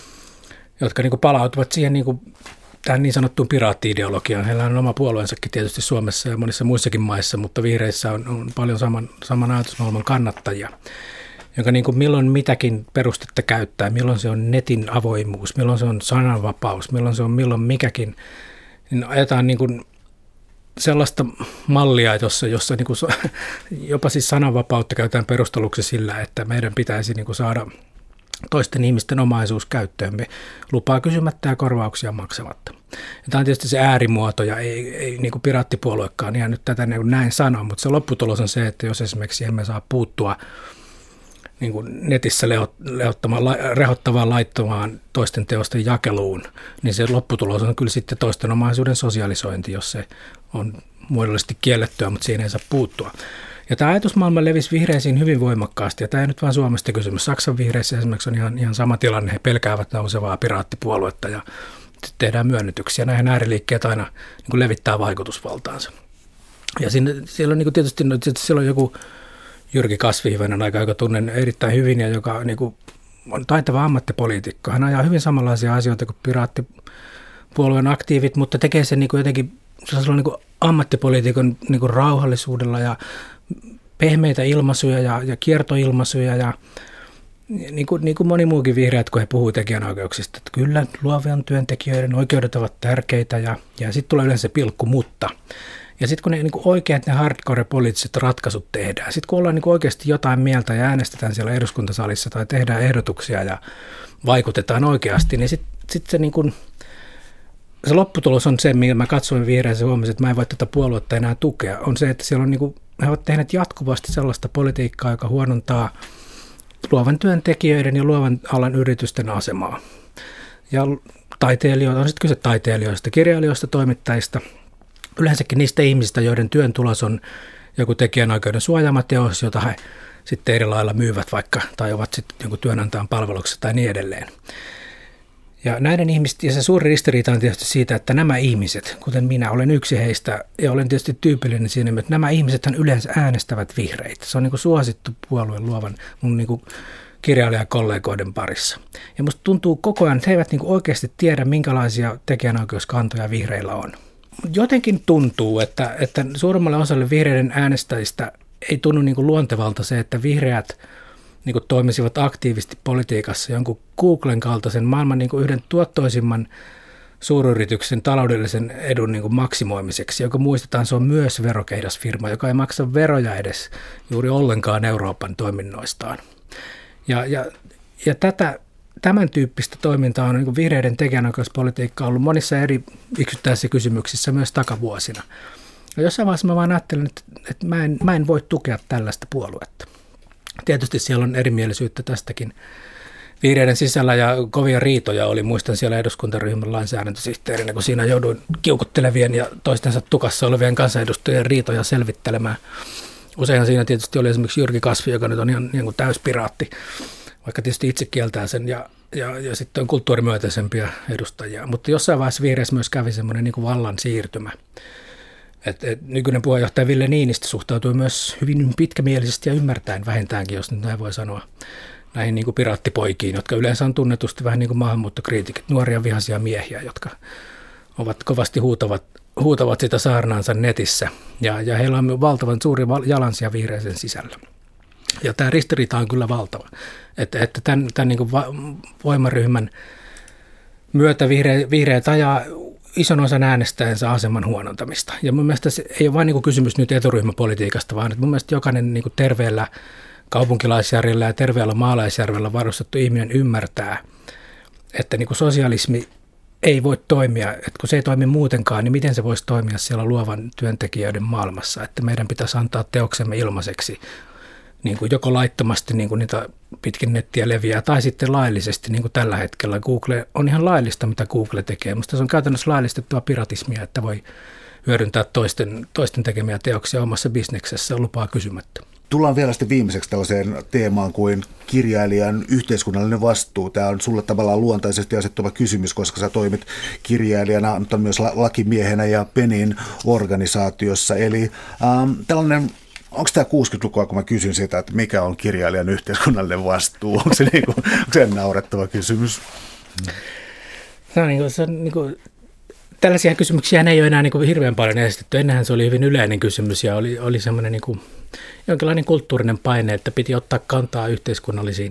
jotka niin kuin palautuvat siihen niin kuin tähän niin sanottuun piraatti-ideologiaan. Heillä on oma puolueensakin tietysti Suomessa ja monissa muissakin maissa, mutta vihreissä on, on paljon saman, saman ajatusmaailman kannattajia, jonka niin kuin milloin mitäkin perustetta käyttää, milloin se on netin avoimuus, milloin se on sananvapaus, milloin se on milloin mikäkin, niin ajetaan niin kuin sellaista mallia, jossa, jossa niin kuin jopa siis sananvapautta käytetään perusteluksi sillä, että meidän pitäisi niin kuin saada toisten ihmisten omaisuus käyttöömme lupaa kysymättä ja korvauksia maksamatta. Ja tämä on tietysti se äärimuoto, ja ei, ei niin kuin piraattipuoluekaan ihan nyt tätä näin sanoa, mutta se lopputulos on se, että jos esimerkiksi emme saa puuttua niin kuin netissä rehottavaan laittomaan toisten teosten jakeluun, niin se lopputulos on kyllä sitten toisten omaisuuden sosialisointi, jos se on muodollisesti kiellettyä, mutta siinä ei saa puuttua. Ja tämä ajatusmaailma levisi vihreisiin hyvin voimakkaasti, ja tämä ei nyt vain Suomesta kysymys. Saksan vihreissä esimerkiksi on ihan, ihan sama tilanne, he pelkäävät nousevaa piraattipuoluetta, ja tehdään myönnytyksiä. Näihin ääriliikkeet aina niin kuin levittää vaikutusvaltaansa. Ja siinä, siellä on niin kuin tietysti siellä on joku Jyrki Kasvihiväinen aika, joka tunnen erittäin hyvin, ja joka niin kuin on taitava ammattipoliitikko. Hän ajaa hyvin samanlaisia asioita kuin piraattipuolueen aktiivit, mutta tekee sen niin kuin jotenkin sellaisella niin kuin ammattipoliitikon niin kuin rauhallisuudella ja pehmeitä ilmaisuja ja, ja kiertoilmaisuja ja niin kuin, niin kuin moni muukin vihreät, kun he puhuu tekijänoikeuksista, että kyllä luovien työntekijöiden oikeudet ovat tärkeitä ja, ja sitten tulee yleensä se pilkku mutta. Ja sitten kun ne niin kuin oikeat ne hardcore-poliittiset ratkaisut tehdään, sitten kun ollaan niin kuin oikeasti jotain mieltä ja äänestetään siellä eduskuntasalissa tai tehdään ehdotuksia ja vaikutetaan oikeasti, niin sitten sit se, niin kuin, se lopputulos on se, millä mä katsoin vihreässä ja huomasin, että mä en voi tätä puoluetta enää tukea, on se, että siellä on niin kuin, he ovat tehneet jatkuvasti sellaista politiikkaa, joka huonontaa luovan työntekijöiden ja luovan alan yritysten asemaa. Ja taiteilijoita, on sitten kyse taiteilijoista, kirjailijoista, toimittajista, yleensäkin niistä ihmisistä, joiden työn tulos on joku tekijänoikeuden suojaama teos, jota he sitten eri lailla myyvät vaikka, tai ovat sitten jonkun työnantajan palveluksessa tai niin edelleen. Ja näiden ihmisten, ja se suuri ristiriita on tietysti siitä, että nämä ihmiset, kuten minä, olen yksi heistä, ja olen tietysti tyypillinen siinä, että nämä ihmisethän yleensä äänestävät vihreitä. Se on niin kuin suosittu puolueen luovan mun niin kuin kirjailijakollegoiden parissa. Ja musta tuntuu koko ajan, että he eivät niin kuin oikeasti tiedä, minkälaisia tekijänoikeuskantoja vihreillä on. Jotenkin tuntuu, että, että suurimmalle osalle vihreiden äänestäjistä ei tunnu niin kuin luontevalta se, että vihreät niin kuin toimisivat aktiivisesti politiikassa jonkun Googlen kaltaisen maailman niin kuin yhden tuottoisimman suuryrityksen taloudellisen edun niin kuin maksimoimiseksi, joka muistetaan, se on myös verokeidasfirma, joka ei maksa veroja edes juuri ollenkaan Euroopan toiminnoistaan. Ja, ja, ja tätä, tämän tyyppistä toimintaa on niin kuin vihreiden tekijänoikeuspolitiikka ollut monissa eri yksittäisissä kysymyksissä myös takavuosina. Ja jossain vaiheessa mä vaan ajattelen, että, että mä, en, mä en voi tukea tällaista puoluetta. Tietysti siellä on erimielisyyttä tästäkin vihreiden sisällä ja kovia riitoja oli. Muistan siellä eduskuntaryhmän lainsäädäntösihteerinä, kun siinä jouduin kiukuttelevien ja toistensa tukassa olevien kansanedustajien riitoja selvittelemään. Useinhan siinä tietysti oli esimerkiksi Jyrki Kasvi, joka nyt on ihan niin kuin täyspiraatti, vaikka tietysti itse kieltää sen, ja, ja, ja sitten on kulttuurimyönteisempiä edustajia. Mutta jossain vaiheessa vihreissä myös kävi semmoinen niin kuin vallan siirtymä. Et, et, nykyinen puheenjohtaja Ville Niinistö suhtautui myös hyvin pitkämielisesti ja ymmärtäen vähintäänkin, jos nyt näin voi sanoa, näihin niin kuin piraattipoikiin, jotka yleensä on tunnetusti vähän niin kuin maahanmuuttokriitikit, nuoria vihaisia miehiä, jotka ovat kovasti huutavat, huutavat sitä saarnaansa netissä. Ja, ja heillä on valtavan suuri jalansija vihreisen sisällä. Ja tämä ristiriita on kyllä valtava, että, että tämän, tämän niin kuin voimaryhmän myötä vihreät, vihreät ajaa ison osan äänestäjänsä aseman huonontamista. Ja mun mielestä se ei ole vain niin kysymys nyt eturyhmäpolitiikasta, vaan että mun mielestä jokainen niin terveellä kaupunkilaisjärjellä ja terveellä maalaisjärvellä varustettu ihminen ymmärtää, että niin sosialismi ei voi toimia, että kun se ei toimi muutenkaan, niin miten se voisi toimia siellä luovan työntekijöiden maailmassa, että meidän pitäisi antaa teoksemme ilmaiseksi, niin kuin joko laittomasti niin kuin niitä pitkin nettiä leviää, tai sitten laillisesti, niin kuin tällä hetkellä. Google on ihan laillista, mitä Google tekee. Minusta se on käytännössä laillistettua piratismia, että voi hyödyntää toisten, toisten tekemiä teoksia omassa bisneksessä lupaa kysymättä. Tullaan vielä sitten viimeiseksi tällaiseen teemaan kuin kirjailijan yhteiskunnallinen vastuu. Tämä on sulle tavallaan luontaisesti asettuva kysymys, koska sä toimit kirjailijana, mutta myös lakimiehenä ja Penin organisaatiossa. Eli ähm, tällainen... Onko tämä kuusikymmentälukua, kun mä kysyn sitä, että mikä on kirjailijan yhteiskunnallinen vastuu? Onko se, niin kuin, onko se naurettava kysymys? No, niin kuin, se on, niin kuin, tällaisia kysymyksiä ei ole enää niin kuin hirveän paljon esitetty. Ennenhän se oli hyvin yleinen kysymys ja oli, oli semmoinen niin kuin, jonkinlainen kulttuurinen paine, että piti ottaa kantaa yhteiskunnallisiin,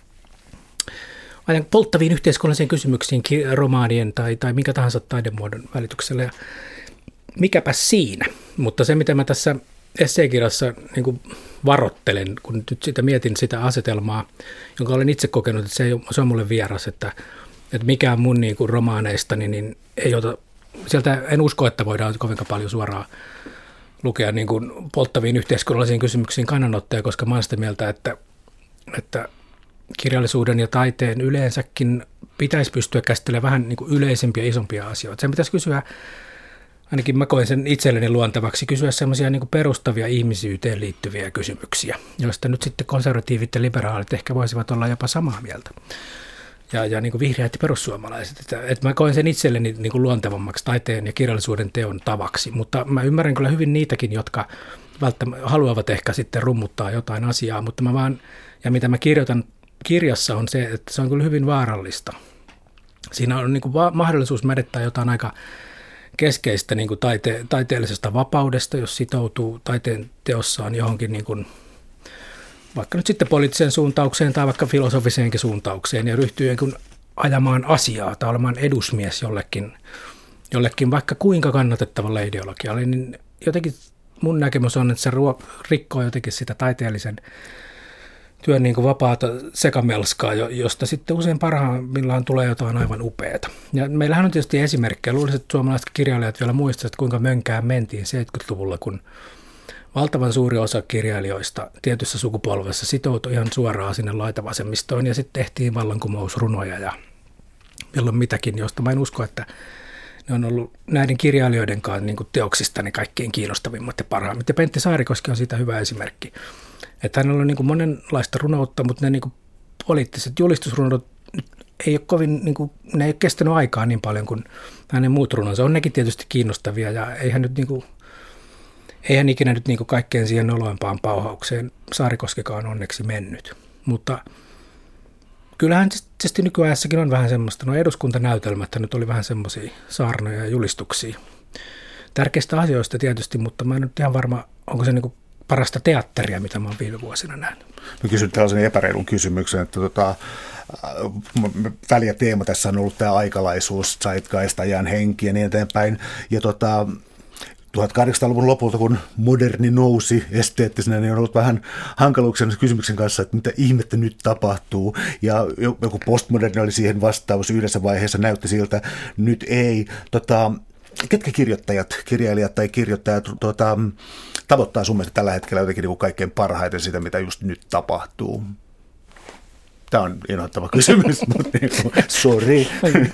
ajan polttaviin yhteiskunnallisiin kysymyksiin romaanien tai, tai minkä tahansa taidemuodon välityksellä. Ja mikäpä siinä, mutta se mitä mä tässä esseekirjassa niin kuin varoittelen, kun nyt sitä mietin sitä asetelmaa, jonka olen itse kokenut, että se, ei ole, se on mulle vieras, että, että mikään mun niin kuin romaaneistani niin ei ota, sieltä en usko, että voidaan kovinkaan paljon suoraan lukea niin kuin polttaviin yhteiskunnallisiin kysymyksiin kannanottoja, koska mä olen sitä mieltä, että, että kirjallisuuden ja taiteen yleensäkin pitäisi pystyä käsittelemään vähän niin kuin yleisempiä, isompia asioita. Sen pitäisi kysyä, ainakin mä koen sen itselleni luontavaksi, kysyä sellaisia niin kuin perustavia ihmisyyteen liittyviä kysymyksiä, joista nyt sitten konservatiivit ja liberaalit ehkä voisivat olla jopa samaa mieltä. Ja, ja niin kuin vihreät ja perussuomalaiset. Että, että mä koen sen itselleni niin kuin luontevammaksi taiteen ja kirjallisuuden teon tavaksi, mutta mä ymmärrän kyllä hyvin niitäkin, jotka välttämättä haluavat ehkä sitten rummuttaa jotain asiaa, mutta mä vaan, ja mitä mä kirjoitan kirjassa on se, että se on kyllä hyvin vaarallista. Siinä on niin kuin va- mahdollisuus mädettää jotain aika keskeistä niin kuin taite, taiteellisesta vapaudesta, jos sitoutuu taiteen teossaan johonkin niin kuin, vaikka nyt sitten poliittiseen suuntaukseen tai vaikka filosofiseenkin suuntaukseen ja ryhtyy niin kuin ajamaan asiaa tai olemaan edusmies jollekin, jollekin vaikka kuinka kannatettavalle ideologialle, niin jotenkin mun näkemys on, että se ruo- rikkoo jotenkin sitä taiteellisen työn niin kuin vapaata sekamelskaa, josta sitten usein parhaimmillaan tulee jotain aivan upeata. Ja meillähän on tietysti esimerkkejä. Luulisin, että suomalaiset kirjailijat vielä muistavat, kuinka mönkään mentiin seitsemänkymmentäluvulla, kun valtavan suuri osa kirjailijoista tietyssä sukupolvessa sitoutui ihan suoraan sinne laitavasemmistoon ja sitten tehtiin vallankumousrunoja ja milloin mitäkin, josta mä en usko, että ne on ollut näiden kirjailijoiden kanssa niin kuin teoksista ne kaikkein kiinnostavimmat ja parhaimmat. Ja Pentti Saarikoski on siitä hyvä esimerkki. Että hänellä on niin kuin monenlaista runoutta, mutta ne niin kuin poliittiset julistusrunot ei ole kovin, niin kuin, ne ei ole kestänyt aikaa niin paljon kuin hänen muut runonsa. On nekin tietysti kiinnostavia ja eihän nyt niin kuin, eihän ikinä nyt niin kuin kaikkeen siihen noloimpaan pauhaukseen Saarikoskikaan onneksi mennyt. Mutta kyllähän tietysti nykyajassakin on vähän semmoista, no eduskuntanäytelmät nyt oli vähän semmoisia saarnoja ja julistuksia. Tärkeistä asioista tietysti, mutta mä en nyt ihan varma, onko se niin kuin parasta teatteria, mitä mä oon viime vuosina nähnyt. Mä kysyn tällaisen epäreilun kysymyksen, että tota, väliä teema tässä on ollut tämä aikalaisuus, zeitgeist, ajan henki ja niin eteenpäin. Ja tota, tuhatkahdeksansataaluvun lopulta, kun moderni nousi esteettisenä, niin on ollut vähän hankaluuksia kysymyksen kanssa, että mitä ihmettä nyt tapahtuu. Ja joku postmoderni oli siihen vastaus yhdessä vaiheessa, näytti siltä, nyt ei. Tota, ketkä kirjoittajat, kirjailijat tai kirjoittajat tota, tavoittaa sun mielestä tällä hetkellä jotenkin niin kaikkein parhaiten sitä, mitä just nyt tapahtuu? Tämä on inhoittava kysymys, mutta niin kuin, sorry.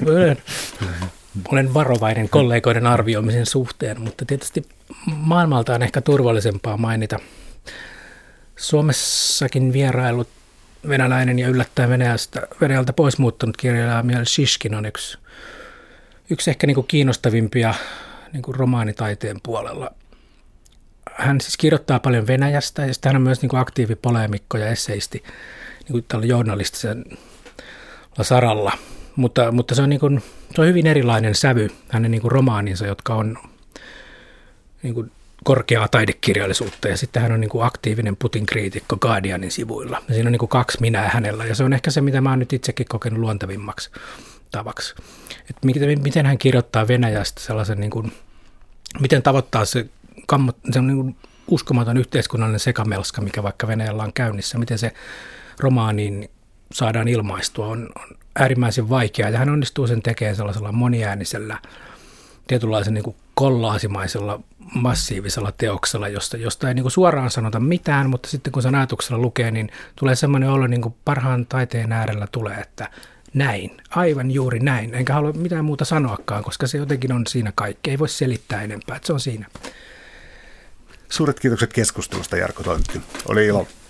Olen varovainen kollegoiden arvioimisen suhteen, mutta tietysti maailmalta on ehkä turvallisempaa mainita. Suomessakin vierailut venäläinen ja yllättäen Venäjältä, Venäjältä pois muuttunut kirjailija Mihail Šiškin on yksi, yksi ehkä niin kuin kiinnostavimpia niin kuin romaanitaiteen puolella. Hän siis kirjoittaa paljon Venäjästä ja sitten hän on myös niin kuin aktiivipoleemikko ja esseisti niin kuin tällä journalistisella saralla. Mutta, mutta se, on niin kuin, se on hyvin erilainen sävy hänen niin kuin romaaninsa, jotka on niin kuin korkeaa taidekirjallisuutta. Ja sitten hän on niin kuin aktiivinen Putin-kriitikko Guardianin sivuilla. Ja siinä on niin kuin kaksi minää hänellä. Ja se on ehkä se, mitä mä oon nyt itsekin kokenut luontevimmaksi tavaksi. Että miten, miten hän kirjoittaa Venäjästä sellaisen, niin kuin, miten tavoittaa se, kammot, se on niin kuin uskomaton yhteiskunnallinen sekamelska, mikä vaikka Venäjällä on käynnissä. Miten se romaaniin saadaan ilmaistua on, on äärimmäisen vaikeaa, ja hän onnistuu sen tekemään sellaisella moniäänisellä, tietynlaisen niin kuin kollaasimaisella, massiivisella teoksella, josta, josta ei niin kuin suoraan sanota mitään, mutta sitten kun sen ajatuksella lukee, niin tulee semmoinen olo, niin kuin parhaan taiteen äärellä tulee, että näin, aivan juuri näin, enkä halua mitään muuta sanoakaan, koska se jotenkin on siinä kaikki, ei voi selittää enempää, että se on siinä. Suuret kiitokset keskustelusta, Jarkko Tontti. Oli ilo.